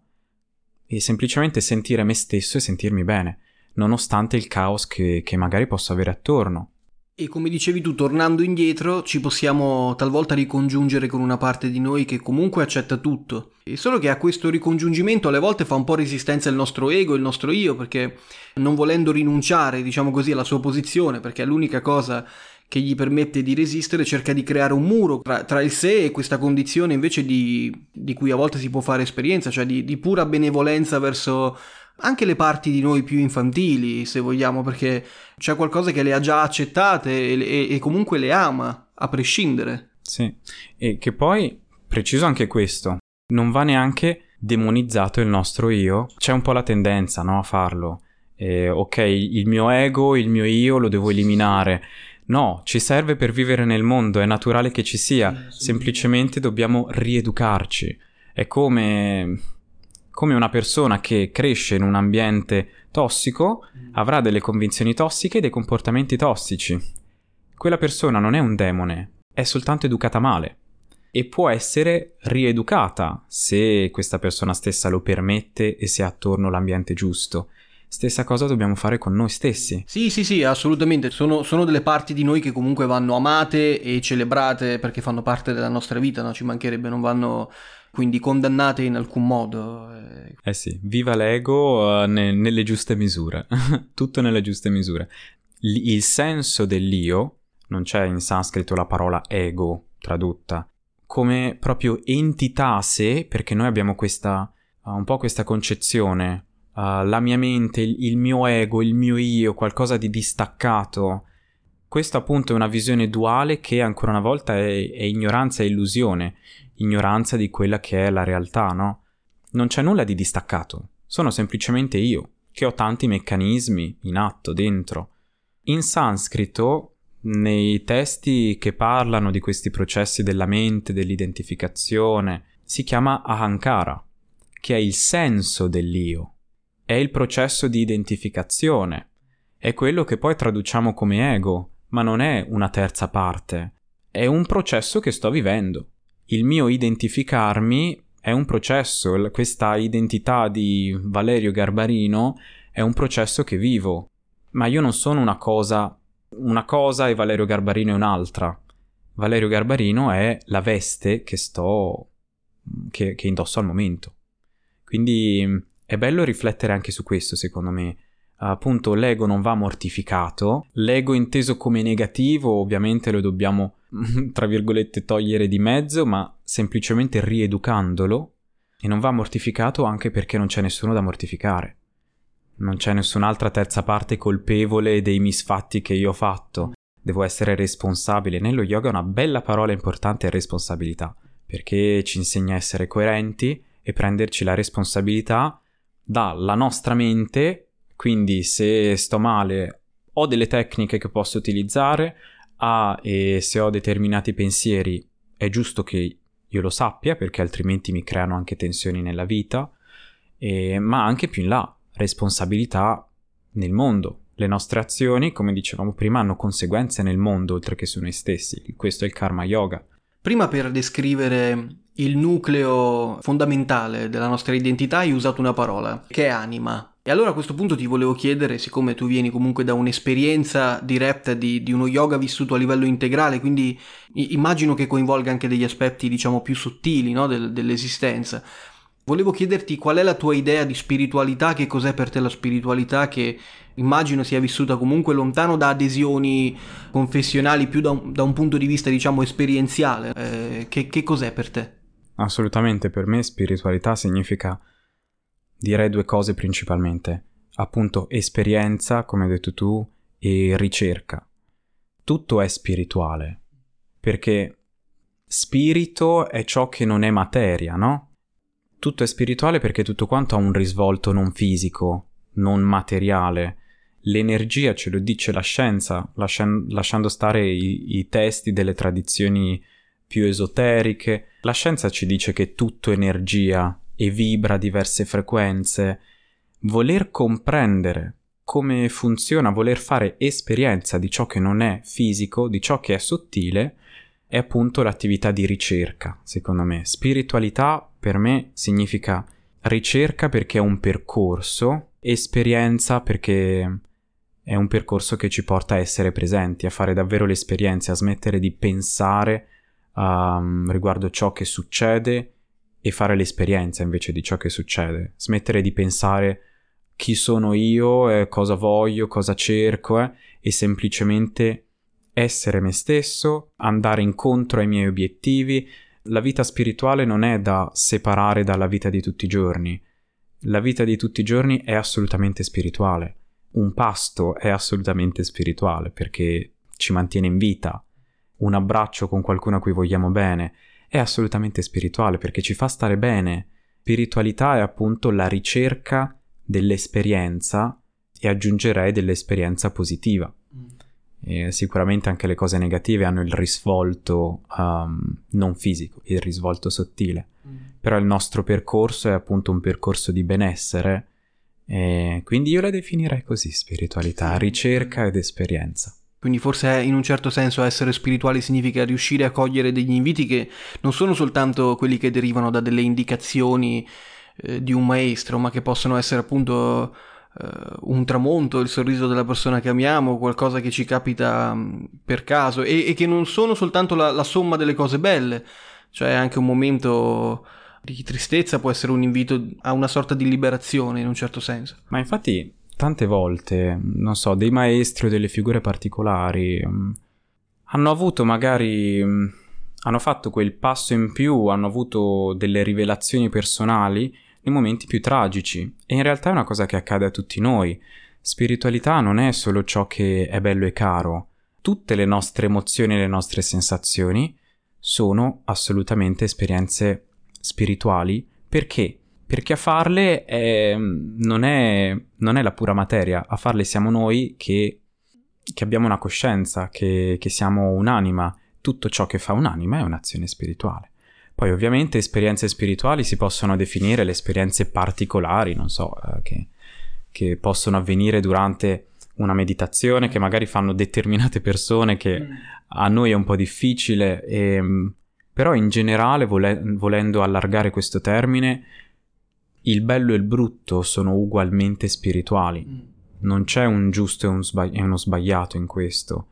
e semplicemente sentire me stesso e sentirmi bene, nonostante il caos che, che magari posso avere attorno. E come dicevi tu, tornando indietro, ci possiamo talvolta ricongiungere con una parte di noi che comunque accetta tutto. E solo che a questo ricongiungimento alle volte fa un po' resistenza il nostro ego, il nostro io, perché non volendo rinunciare, diciamo così, alla sua posizione, perché è l'unica cosa che gli permette di resistere, cerca di creare un muro tra, tra il sé e questa condizione invece di, di cui a volte si può fare esperienza, cioè di, di pura benevolenza verso anche le parti di noi più infantili, se vogliamo, perché c'è qualcosa che le ha già accettate e, e, e comunque le ama, a prescindere. Sì, e che poi, preciso anche questo, non va neanche demonizzato il nostro io. C'è un po' la tendenza, no, a farlo. Eh, ok, il mio ego, il mio io lo devo eliminare. No, ci serve per vivere nel mondo, è naturale che ci sia, semplicemente dobbiamo rieducarci. È come... come una persona che cresce in un ambiente tossico avrà delle convinzioni tossiche e dei comportamenti tossici. Quella persona non è un demone, è soltanto educata male e può essere rieducata se questa persona stessa lo permette e se ha attorno l'ambiente giusto. Stessa cosa dobbiamo fare con noi stessi. Sì, sì, sì, assolutamente. Sono, sono delle parti di noi che comunque vanno amate e celebrate perché fanno parte della nostra vita, no? Ci mancherebbe, non vanno quindi condannate in alcun modo. Eh sì, viva l'ego uh, ne- nelle giuste misure. Tutto nelle giuste misure. L- il senso dell'io, non c'è in sanscrito la parola ego tradotta, come proprio entità a sé, perché noi abbiamo questa, uh, un po' questa concezione, uh, la mia mente, il, il mio ego, il mio io, qualcosa di distaccato. Questo appunto è una visione duale che ancora una volta è, è ignoranza e illusione, ignoranza di quella che è la realtà, no? Non c'è nulla di distaccato, sono semplicemente io, che ho tanti meccanismi in atto dentro. In sanscrito, nei testi che parlano di questi processi della mente, dell'identificazione, si chiama ahankara, che è il senso dell'io, è il processo di identificazione, è quello che poi traduciamo come ego, ma non è una terza parte, è un processo che sto vivendo. Il mio identificarmi è un processo, questa identità di Valerio Garbarino è un processo che vivo, ma io non sono una cosa, una cosa e Valerio Garbarino è un'altra. Valerio Garbarino è la veste che sto, che, che indosso al momento. Quindi è bello riflettere anche su questo, secondo me. Appunto, l'ego non va mortificato, l'ego inteso come negativo ovviamente lo dobbiamo tra virgolette, togliere di mezzo, ma semplicemente rieducandolo, e non va mortificato anche perché non c'è nessuno da mortificare. Non c'è nessun'altra terza parte colpevole dei misfatti che io ho fatto. Devo essere responsabile. Nello yoga una bella parola importante è responsabilità, perché ci insegna a essere coerenti e prenderci la responsabilità dalla nostra mente. Quindi se sto male ho delle tecniche che posso utilizzare, ah, e se ho determinati pensieri è giusto che io lo sappia, perché altrimenti mi creano anche tensioni nella vita, e, ma anche più in là, responsabilità nel mondo. Le nostre azioni, come dicevamo prima, hanno conseguenze nel mondo oltre che su noi stessi. Questo è il karma yoga. Prima, per descrivere il nucleo fondamentale della nostra identità, hai usato una parola, che è anima. E allora a questo punto ti volevo chiedere, siccome tu vieni comunque da un'esperienza diretta di, di uno yoga vissuto a livello integrale, quindi immagino che coinvolga anche degli aspetti, diciamo, più sottili, no, del, dell'esistenza. Volevo chiederti qual è la tua idea di spiritualità, che cos'è per te la spiritualità, che immagino sia vissuta comunque lontano da adesioni confessionali, più da un, da un punto di vista, diciamo, esperienziale. Eh, che, che cos'è per te? Assolutamente, per me spiritualità significa, direi, due cose principalmente. Appunto, esperienza, come hai detto tu, e ricerca. Tutto è spirituale, perché spirito è ciò che non è materia, no? Tutto è spirituale perché tutto quanto ha un risvolto non fisico, non materiale. L'energia ce lo dice la scienza, lascian- lasciando stare i, i testi delle tradizioni più esoteriche. La scienza ci dice che tutto è energia e vibra a diverse frequenze. Voler comprendere come funziona, voler fare esperienza di ciò che non è fisico, di ciò che è sottile, è appunto l'attività di ricerca, secondo me. Spiritualità per me significa ricerca perché è un percorso, esperienza perché è un percorso che ci porta a essere presenti, a fare davvero le esperienze, a smettere di pensare um, riguardo ciò che succede e fare l'esperienza invece di ciò che succede. Smettere di pensare chi sono io, eh, cosa voglio, cosa cerco, eh, e semplicemente essere me stesso, andare incontro ai miei obiettivi. La vita spirituale non è da separare dalla vita di tutti i giorni. La vita di tutti i giorni è assolutamente spirituale. Un pasto è assolutamente spirituale perché ci mantiene in vita. Un abbraccio con qualcuno a cui vogliamo bene è assolutamente spirituale perché ci fa stare bene. Spiritualità è appunto la ricerca dell'esperienza e aggiungerei dell'esperienza positiva. E sicuramente anche le cose negative hanno il risvolto um, non fisico, il risvolto sottile, mm. però il nostro percorso è appunto un percorso di benessere, e quindi io la definirei così: spiritualità, sì. Ricerca ed esperienza. Quindi forse in un certo senso essere spirituali significa riuscire a cogliere degli inviti che non sono soltanto quelli che derivano da delle indicazioni eh, di un maestro, ma che possono essere appunto Uh, un tramonto, il sorriso della persona che amiamo, qualcosa che ci capita um, per caso e, e che non sono soltanto la, la somma delle cose belle, cioè anche un momento di tristezza può essere un invito a una sorta di liberazione in un certo senso. Ma infatti tante volte, non so, dei maestri o delle figure particolari um, hanno avuto magari um, hanno fatto quel passo in più, hanno avuto delle rivelazioni personali nei momenti più tragici, e in realtà è una cosa che accade a tutti noi. Spiritualità non è solo ciò che è bello e caro. Tutte le nostre emozioni e le nostre sensazioni sono assolutamente esperienze spirituali. Perché? Perché a farle è, non, è, non è la pura materia, a farle siamo noi che, che abbiamo una coscienza, che, che siamo un'anima. Tutto ciò che fa un'anima è un'azione spirituale. Poi ovviamente esperienze spirituali si possono definire le esperienze particolari, non so, eh, che, che possono avvenire durante una meditazione, che magari fanno determinate persone, che mm. a noi è un po' difficile, e, però in generale, vole- volendo allargare questo termine, il bello e il brutto sono ugualmente spirituali. Mm. Non c'è un giusto e, un sbagli- e uno sbagliato in questo.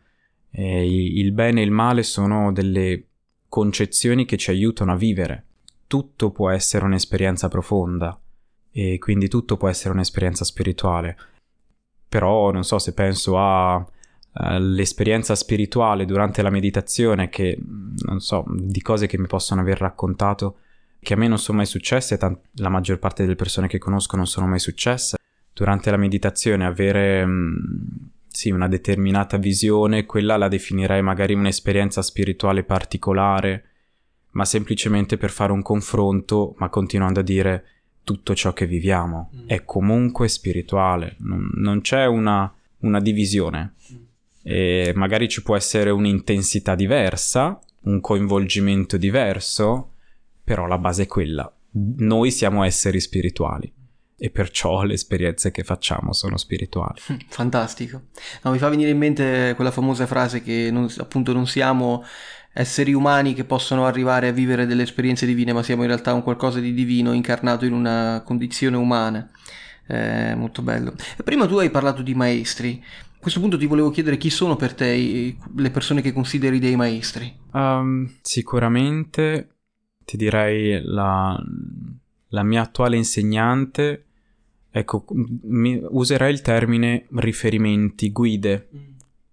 E il bene e il male sono delle concezioni che ci aiutano a vivere. Tutto può essere un'esperienza profonda e quindi tutto può essere un'esperienza spirituale. Però non so, se penso a uh, l'esperienza spirituale durante la meditazione, che non so, di cose che mi possono aver raccontato che a me non sono mai successe, tant- la maggior parte delle persone che conosco non sono mai successe. Durante la meditazione avere mh, sì, una determinata visione, quella la definirei magari un'esperienza spirituale particolare, ma semplicemente per fare un confronto, ma continuando a dire tutto ciò che viviamo mm. è comunque spirituale, non, non c'è una, una divisione. Mm. E magari ci può essere un'intensità diversa, un coinvolgimento diverso, però la base è quella. Noi siamo esseri spirituali e perciò le esperienze che facciamo sono spirituali. Fantastico. No, mi fa venire in mente quella famosa frase che non, appunto non siamo esseri umani che possono arrivare a vivere delle esperienze divine, ma siamo in realtà un qualcosa di divino incarnato in una condizione umana. Eh, molto bello. E prima tu hai parlato di maestri. A questo punto ti volevo chiedere chi sono per te le persone che consideri dei maestri. Um, sicuramente ti direi la, la mia attuale insegnante, ecco, mi, userei il termine riferimenti, guide, mm.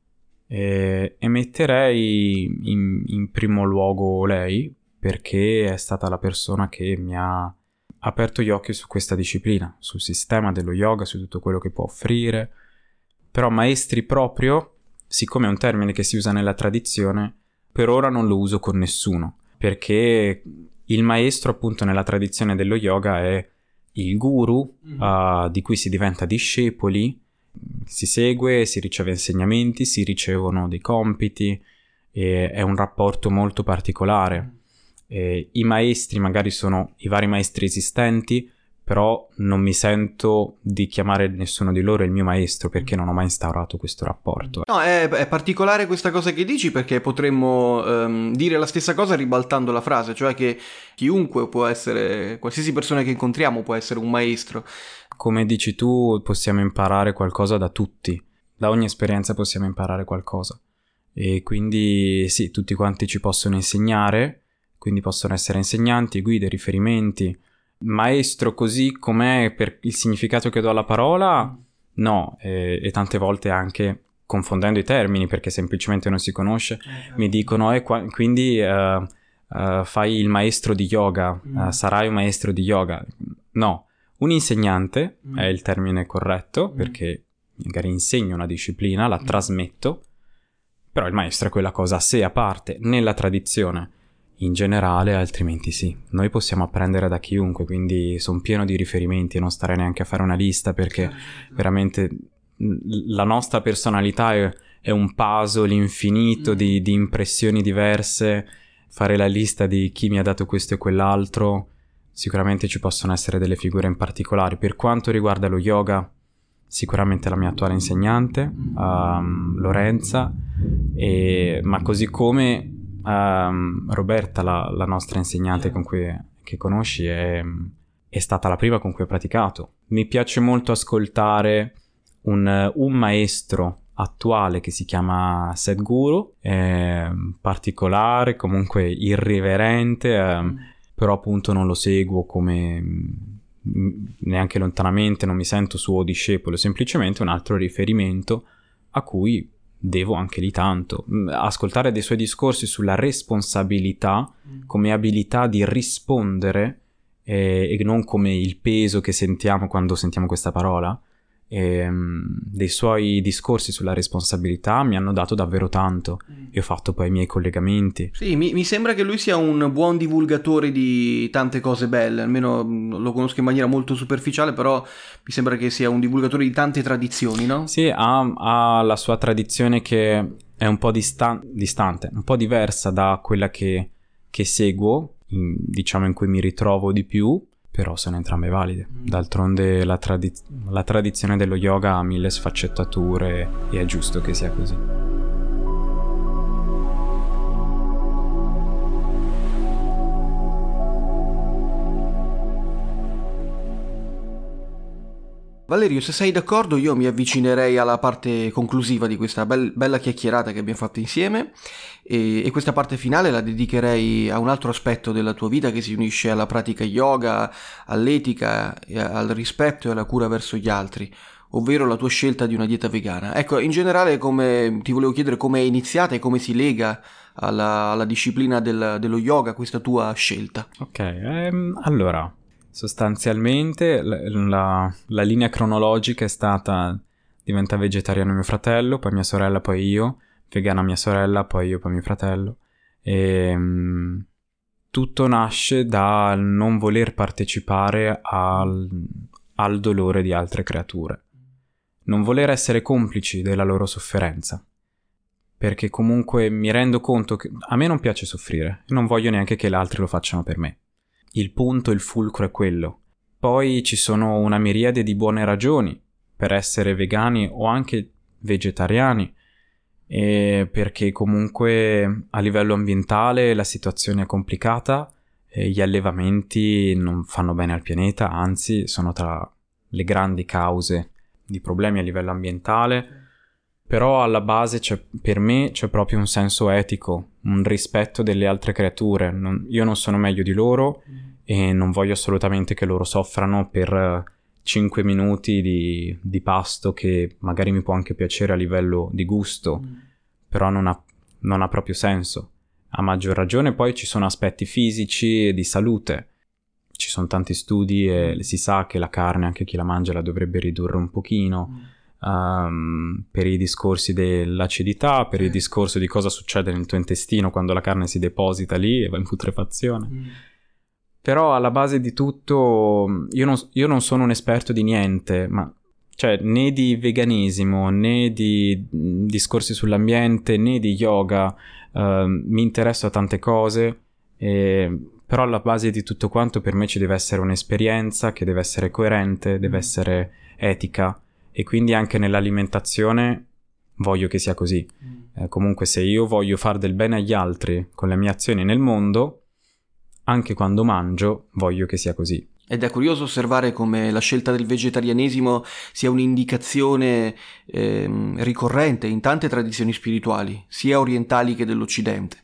e, e metterei in, in primo luogo lei, perché è stata la persona che mi ha aperto gli occhi su questa disciplina, sul sistema dello yoga, su tutto quello che può offrire. Però maestri proprio, siccome è un termine che si usa nella tradizione, per ora non lo uso con nessuno, perché il maestro appunto nella tradizione dello yoga è il guru, mm. uh, di cui si diventa discepoli, si segue, si riceve insegnamenti, si ricevono dei compiti, e è un rapporto molto particolare. Mm. E i maestri magari sono i vari maestri esistenti, però non mi sento di chiamare nessuno di loro il mio maestro, perché non ho mai instaurato questo rapporto. No, è, è particolare questa cosa che dici, perché potremmo um, dire la stessa cosa ribaltando la frase, cioè che chiunque può essere, qualsiasi persona che incontriamo può essere un maestro. Come dici tu, possiamo imparare qualcosa da tutti, da ogni esperienza possiamo imparare qualcosa, e quindi sì, tutti quanti ci possono insegnare, quindi possono essere insegnanti, guide, riferimenti. Maestro così com'è per il significato che do alla parola, no, e, e tante volte anche confondendo i termini, perché semplicemente non si conosce, eh, mi dicono eh, qua, quindi uh, uh, fai il maestro di yoga, mm. uh, sarai un maestro di yoga. No, un insegnante mm. è il termine corretto, mm. perché magari insegno una disciplina, la mm. trasmetto, però il maestro è quella cosa a sé, a parte, nella tradizione. In generale, altrimenti sì. Noi possiamo apprendere da chiunque, quindi sono pieno di riferimenti e non starei neanche a fare una lista, perché certo. veramente la nostra personalità è, è un puzzle infinito mm. di, di impressioni diverse. Fare la lista di chi mi ha dato questo e quell'altro, sicuramente ci possono essere delle figure in particolare. Per quanto riguarda lo yoga, sicuramente la mia attuale insegnante, um, Lorenza, e, ma così come Um, Roberta, la, la nostra insegnante con cui che conosci, è, è stata la prima con cui ho praticato. Mi piace molto ascoltare un, un maestro attuale che si chiama Sadhguru, è particolare, comunque irriverente, um, però appunto non lo seguo come neanche lontanamente, non mi sento suo discepolo, semplicemente un altro riferimento a cui devo anche lì tanto. Ascoltare dei suoi discorsi sulla responsabilità come abilità di rispondere, eh, e non come il peso che sentiamo quando sentiamo questa parola, eh, dei suoi discorsi sulla responsabilità mi hanno dato davvero tanto. E ho fatto poi i miei collegamenti. Sì, mi, mi sembra che lui sia un buon divulgatore di tante cose belle, almeno lo conosco in maniera molto superficiale, però mi sembra che sia un divulgatore di tante tradizioni, no? Sì, ha, ha la sua tradizione che è un po' distan- distante, un po' diversa da quella che, che seguo, in, diciamo in cui mi ritrovo di più, però sono entrambe valide. D'altronde la, tradi- la tradizione dello yoga ha mille sfaccettature e è giusto che sia così. Valerio, se sei d'accordo, io mi avvicinerei alla parte conclusiva di questa bel- bella chiacchierata che abbiamo fatto insieme, e-, e questa parte finale la dedicherei a un altro aspetto della tua vita che si unisce alla pratica yoga, all'etica, al rispetto e alla cura verso gli altri, ovvero la tua scelta di una dieta vegana. Ecco, in generale come ti volevo chiedere come è iniziata e come si lega alla, alla disciplina del, dello yoga questa tua scelta. Ok, ehm, allora, sostanzialmente la, la, la linea cronologica è stata: diventa vegetariano mio fratello, poi mia sorella, poi io, vegana mia sorella, poi io, poi mio fratello. E um, tutto nasce dal non voler partecipare al, al dolore di altre creature, non voler essere complici della loro sofferenza, perché comunque mi rendo conto che a me non piace soffrire e non voglio neanche che gli altri lo facciano per me. Il punto, il fulcro è quello. Poi ci sono una miriade di buone ragioni per essere vegani o anche vegetariani, e perché comunque a livello ambientale la situazione è complicata e gli allevamenti non fanno bene al pianeta, anzi sono tra le grandi cause di problemi a livello ambientale. Però alla base c'è, per me c'è proprio un senso etico, un rispetto delle altre creature. Non, io non sono meglio di loro e non voglio assolutamente che loro soffrano per cinque minuti di, di pasto che magari mi può anche piacere a livello di gusto, mm. però non ha, non ha proprio senso. A maggior ragione poi ci sono aspetti fisici e di salute. Ci sono tanti studi e mm. si sa che la carne, anche chi la mangia, la dovrebbe ridurre un pochino, mm. um, per i discorsi dell'acidità, per il discorso di cosa succede nel tuo intestino quando la carne si deposita lì e va in putrefazione. Mm. Però alla base di tutto io non, io non sono un esperto di niente, ma cioè né di veganesimo, né di discorsi sull'ambiente, né di yoga. Uh, mi interessa tante cose, eh, però alla base di tutto quanto per me ci deve essere un'esperienza che deve essere coerente, deve essere etica, e quindi anche nell'alimentazione voglio che sia così. Eh, comunque se io voglio far del bene agli altri con le mie azioni nel mondo, anche quando mangio voglio che sia così. Ed è curioso osservare come la scelta del vegetarianesimo sia un'indicazione ehm, ricorrente in tante tradizioni spirituali, sia orientali che dell'Occidente.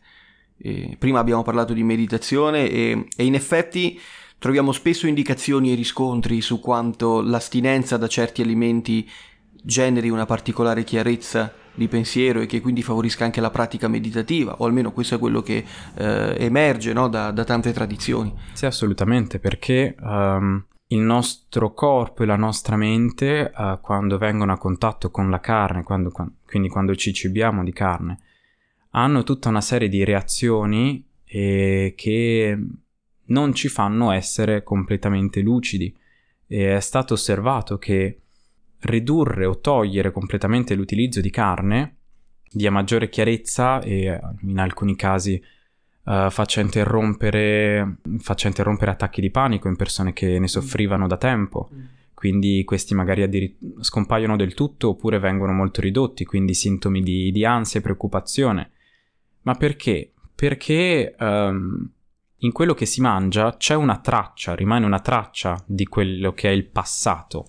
E prima abbiamo parlato di meditazione e, e in effetti troviamo spesso indicazioni e riscontri su quanto l'astinenza da certi alimenti generi una particolare chiarezza di pensiero e che quindi favorisca anche la pratica meditativa, o almeno questo è quello che eh, emerge, no, da, da tante tradizioni. Sì, assolutamente, perché um, il nostro corpo e la nostra mente uh, quando vengono a contatto con la carne, quando, quando, quindi quando ci cibiamo di carne, hanno tutta una serie di reazioni eh, che non ci fanno essere completamente lucidi. E è stato osservato che ridurre o togliere completamente l'utilizzo di carne dia maggiore chiarezza e in alcuni casi uh, faccia interrompere faccia interrompere attacchi di panico in persone che ne soffrivano da tempo. Quindi questi magari addirittura scompaiono del tutto oppure vengono molto ridotti, quindi sintomi di, di ansia e preoccupazione. Ma perché? Perché um, in quello che si mangia c'è una traccia, rimane una traccia di quello che è il passato.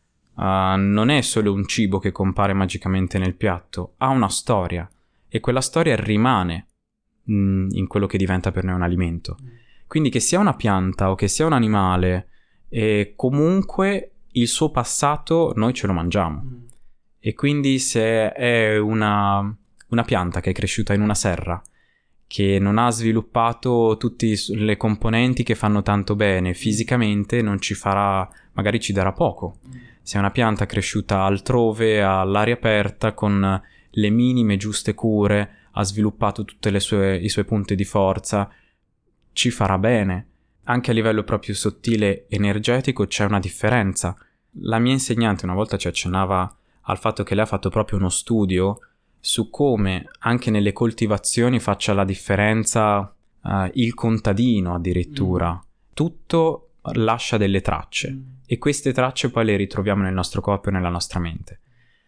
Uh, non è solo un cibo che compare magicamente nel piatto, ha una storia e quella storia rimane mh, in quello che diventa per noi un alimento. Quindi che sia una pianta o che sia un animale, e comunque il suo passato noi ce lo mangiamo. Mm. E quindi se è una, una pianta che è cresciuta in una serra, che non ha sviluppato tutte le componenti che fanno tanto bene fisicamente, non ci farà, magari ci darà poco. Mm. Se è una pianta cresciuta altrove, all'aria aperta, con le minime giuste cure, ha sviluppato tutte le sue, i suoi punti di forza, ci farà bene. Anche a livello proprio sottile energetico c'è una differenza. La mia insegnante una volta ci accennava al fatto che lei ha fatto proprio uno studio su come anche nelle coltivazioni faccia la differenza uh, il contadino addirittura. Mm. Tutto lascia delle tracce mm. e queste tracce poi le ritroviamo nel nostro corpo e nella nostra mente.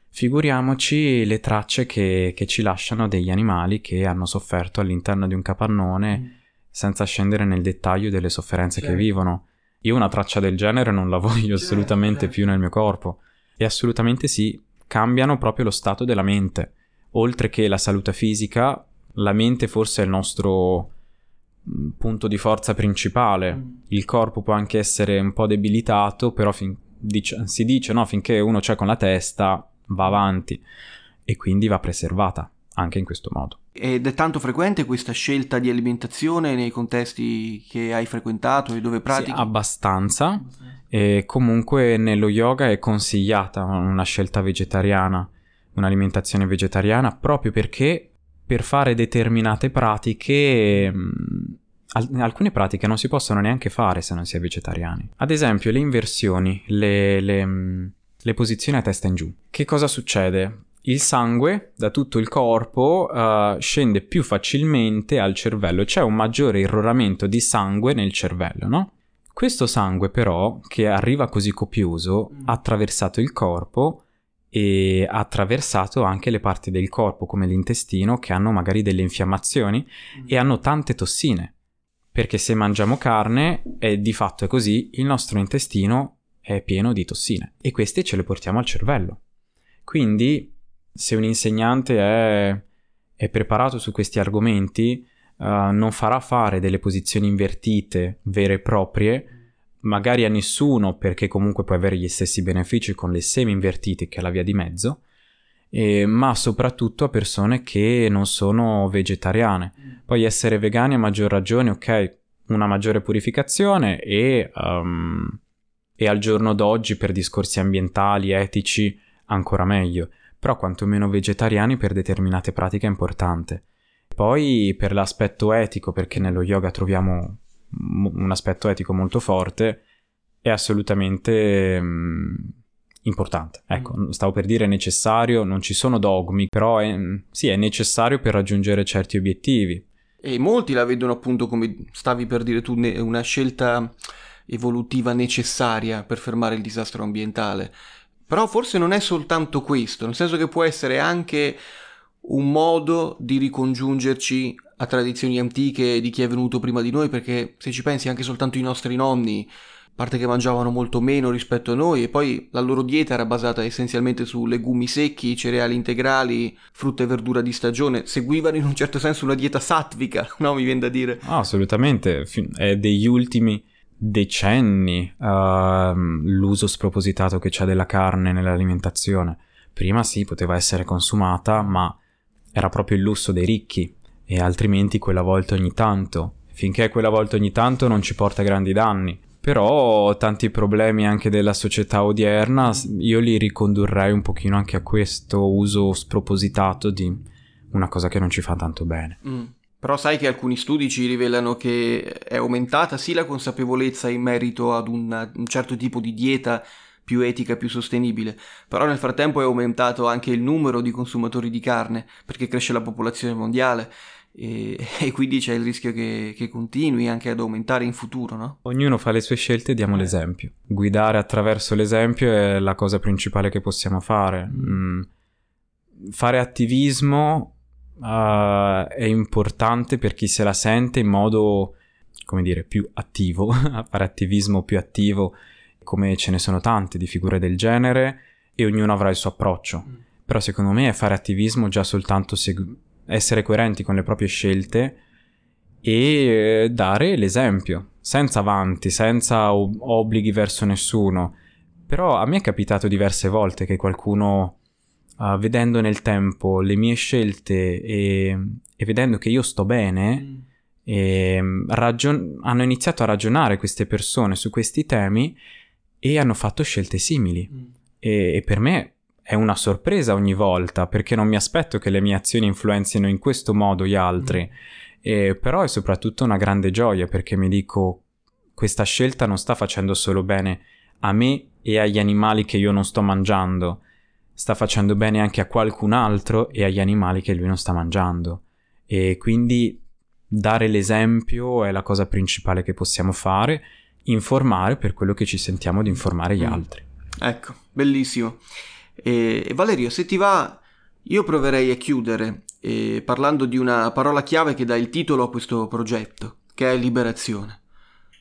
Figuriamoci le tracce che, che ci lasciano degli animali che hanno sofferto all'interno di un capannone mm. senza scendere nel dettaglio delle sofferenze certo. che vivono. Io una traccia del genere non la voglio certo, assolutamente certo. più nel mio corpo. E assolutamente sì, cambiano proprio lo stato della mente. Oltre che la salute fisica, la mente forse è il nostro punto di forza principale. Mm. Il corpo può anche essere un po' debilitato, però fin- dice, si dice, no, finché uno c'è con la testa va avanti, e quindi va preservata anche in questo modo. Ed è tanto frequente questa scelta di alimentazione nei contesti che hai frequentato e dove pratichi? Sì, abbastanza. E comunque nello yoga è consigliata una scelta vegetariana, un'alimentazione vegetariana, proprio perché per fare determinate pratiche, mh, alcune pratiche non si possono neanche fare se non si è vegetariani. Ad esempio le inversioni, le, le, le posizioni a testa in giù. Che cosa succede? Il sangue da tutto il corpo uh, scende più facilmente al cervello, c'è un maggiore irroramento di sangue nel cervello, no? Questo sangue però, che arriva così copioso, ha attraversato il corpo e ha attraversato anche le parti del corpo, come l'intestino, che hanno magari delle infiammazioni e hanno tante tossine. Perché se mangiamo carne, e di fatto è così, il nostro intestino è pieno di tossine e queste ce le portiamo al cervello. Quindi se un insegnante è, è preparato su questi argomenti, uh, non farà fare delle posizioni invertite vere e proprie, magari a nessuno, perché comunque puoi avere gli stessi benefici con le semi invertite, che è la via di mezzo, eh, ma soprattutto a persone che non sono vegetariane. Poi essere vegani a maggior ragione, ok, una maggiore purificazione e, um, e al giorno d'oggi per discorsi ambientali, etici, ancora meglio. Però quantomeno vegetariani per determinate pratiche è importante. Poi per l'aspetto etico, perché nello yoga troviamo un aspetto etico molto forte, è assolutamente mh, importante. Ecco, mm. stavo per dire necessario, non ci sono dogmi, però è, sì, è necessario per raggiungere certi obiettivi. E molti la vedono appunto, come stavi per dire tu, una scelta evolutiva necessaria per fermare il disastro ambientale. Però forse non è soltanto questo, nel senso che può essere anche un modo di ricongiungerci a tradizioni antiche di chi è venuto prima di noi, perché se ci pensi anche soltanto i nostri nonni, a parte che mangiavano molto meno rispetto a noi, e poi la loro dieta era basata essenzialmente su legumi secchi, cereali integrali, frutta e verdura di stagione, seguivano in un certo senso una dieta sattvica, no? Mi viene da dire. Ah, assolutamente, è degli ultimi decenni uh, l'uso spropositato che c'è della carne nell'alimentazione. Prima sì, poteva essere consumata, ma era proprio il lusso dei ricchi, e altrimenti quella volta ogni tanto. Finché quella volta ogni tanto non ci porta grandi danni. Però tanti problemi anche della società odierna io li ricondurrei un pochino anche a questo uso spropositato di una cosa che non ci fa tanto bene. Mm. Però sai che alcuni studi ci rivelano che è aumentata sì la consapevolezza in merito ad una, un certo tipo di dieta più etica, più sostenibile, però nel frattempo è aumentato anche il numero di consumatori di carne, perché cresce la popolazione mondiale e, e quindi c'è il rischio che, che continui anche ad aumentare in futuro, no? Ognuno fa le sue scelte e diamo l'esempio. Guidare attraverso l'esempio è la cosa principale che possiamo fare. Mm. Fare attivismo Uh, è importante per chi se la sente in modo, come dire, più attivo, fare attivismo più attivo, come ce ne sono tante di figure del genere, e ognuno avrà il suo approccio. Mm. Però secondo me è fare attivismo già soltanto segu- essere coerenti con le proprie scelte e eh, dare l'esempio, senza vanti, senza ob- obblighi verso nessuno. Però a me è capitato diverse volte che qualcuno, Uh, vedendo nel tempo le mie scelte e, e vedendo che io sto bene, mm. e, ragion- hanno iniziato a ragionare queste persone su questi temi e hanno fatto scelte simili. Mm. E, e per me è una sorpresa ogni volta, perché non mi aspetto che le mie azioni influenzino in questo modo gli altri. Mm. E, però è soprattutto una grande gioia, perché mi dico, questa scelta non sta facendo solo bene a me e agli animali che io non sto mangiando, sta facendo bene anche a qualcun altro e agli animali che lui non sta mangiando. E quindi dare l'esempio è la cosa principale che possiamo fare, informare per quello che ci sentiamo di informare gli mm. altri. Ecco, bellissimo. E, e Valerio, se ti va, io proverei a chiudere eh, parlando di una parola chiave che dà il titolo a questo progetto, che è liberazione.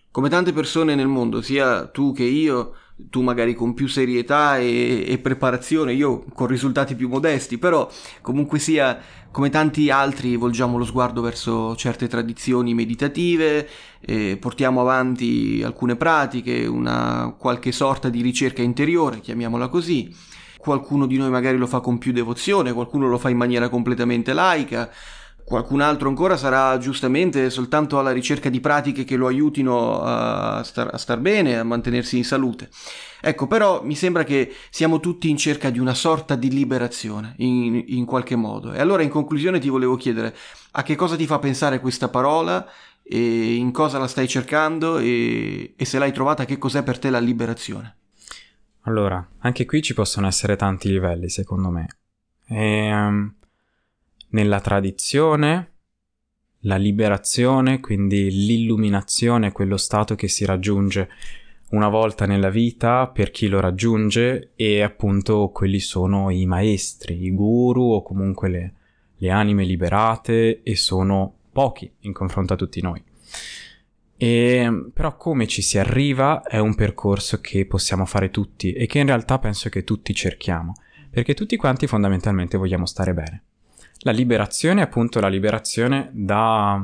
Come tante persone nel mondo, sia tu che io, tu magari con più serietà e, e preparazione, io con risultati più modesti, però comunque sia, come tanti altri, volgiamo lo sguardo verso certe tradizioni meditative, eh, portiamo avanti alcune pratiche, una qualche sorta di ricerca interiore, chiamiamola così. Qualcuno di noi magari lo fa con più devozione, qualcuno lo fa in maniera completamente laica, qualcun altro ancora sarà giustamente soltanto alla ricerca di pratiche che lo aiutino a star, a star bene, a mantenersi in salute. Ecco, però mi sembra che siamo tutti in cerca di una sorta di liberazione, in, in qualche modo. E allora in conclusione ti volevo chiedere a che cosa ti fa pensare questa parola, e in cosa la stai cercando, e, e se l'hai trovata, che cos'è per te la liberazione? Allora, anche qui ci possono essere tanti livelli, secondo me. E, um, nella tradizione, la liberazione, quindi l'illuminazione, è quello stato che si raggiunge una volta nella vita per chi lo raggiunge, e appunto quelli sono i maestri, i guru o comunque le, le anime liberate, e sono pochi in confronto a tutti noi. E, però come ci si arriva è un percorso che possiamo fare tutti e che in realtà penso che tutti cerchiamo, perché tutti quanti fondamentalmente vogliamo stare bene. La liberazione è appunto la liberazione da,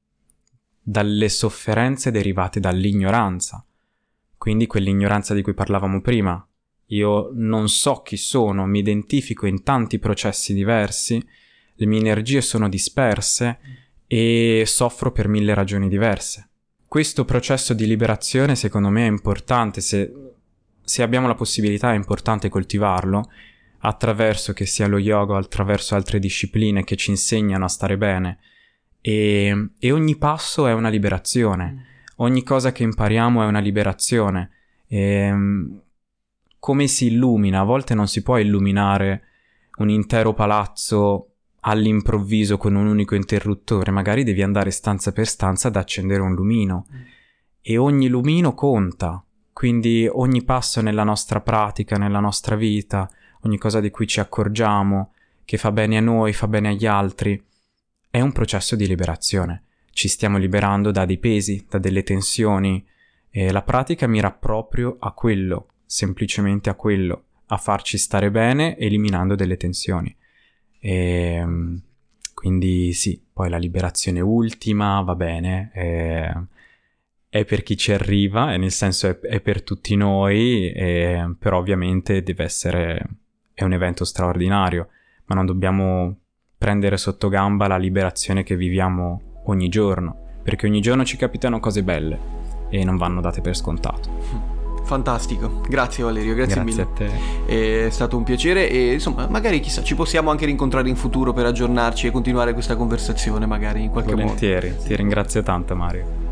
dalle sofferenze derivate dall'ignoranza, quindi quell'ignoranza di cui parlavamo prima. Io non so chi sono, mi identifico in tanti processi diversi, le mie energie sono disperse e soffro per mille ragioni diverse. Questo processo di liberazione secondo me è importante, se, se abbiamo la possibilità è importante coltivarlo, attraverso che sia lo yoga o attraverso altre discipline che ci insegnano a stare bene, e, e ogni passo è una liberazione, ogni cosa che impariamo è una liberazione. E, come si illumina? A volte non si può illuminare un intero palazzo all'improvviso con un unico interruttore, magari devi andare stanza per stanza ad accendere un lumino, mm. e ogni lumino conta, quindi ogni passo nella nostra pratica, nella nostra vita, ogni cosa di cui ci accorgiamo, che fa bene a noi, fa bene agli altri, è un processo di liberazione. Ci stiamo liberando da dei pesi, da delle tensioni, e la pratica mira proprio a quello, semplicemente a quello, a farci stare bene eliminando delle tensioni. E quindi sì, poi la liberazione ultima va bene, è, è per chi ci arriva, e nel senso è, è per tutti noi, e, però ovviamente deve essere, è un evento straordinario, ma non dobbiamo prendere sotto gamba la liberazione che viviamo ogni giorno, perché ogni giorno ci capitano cose belle e non vanno date per scontato. Fantastico, grazie Valerio, grazie, grazie mille. a te. È stato un piacere, e insomma magari chissà ci possiamo anche rincontrare in futuro per aggiornarci e continuare questa conversazione magari in qualche Volentieri. modo. Ti ringrazio tanto Mario.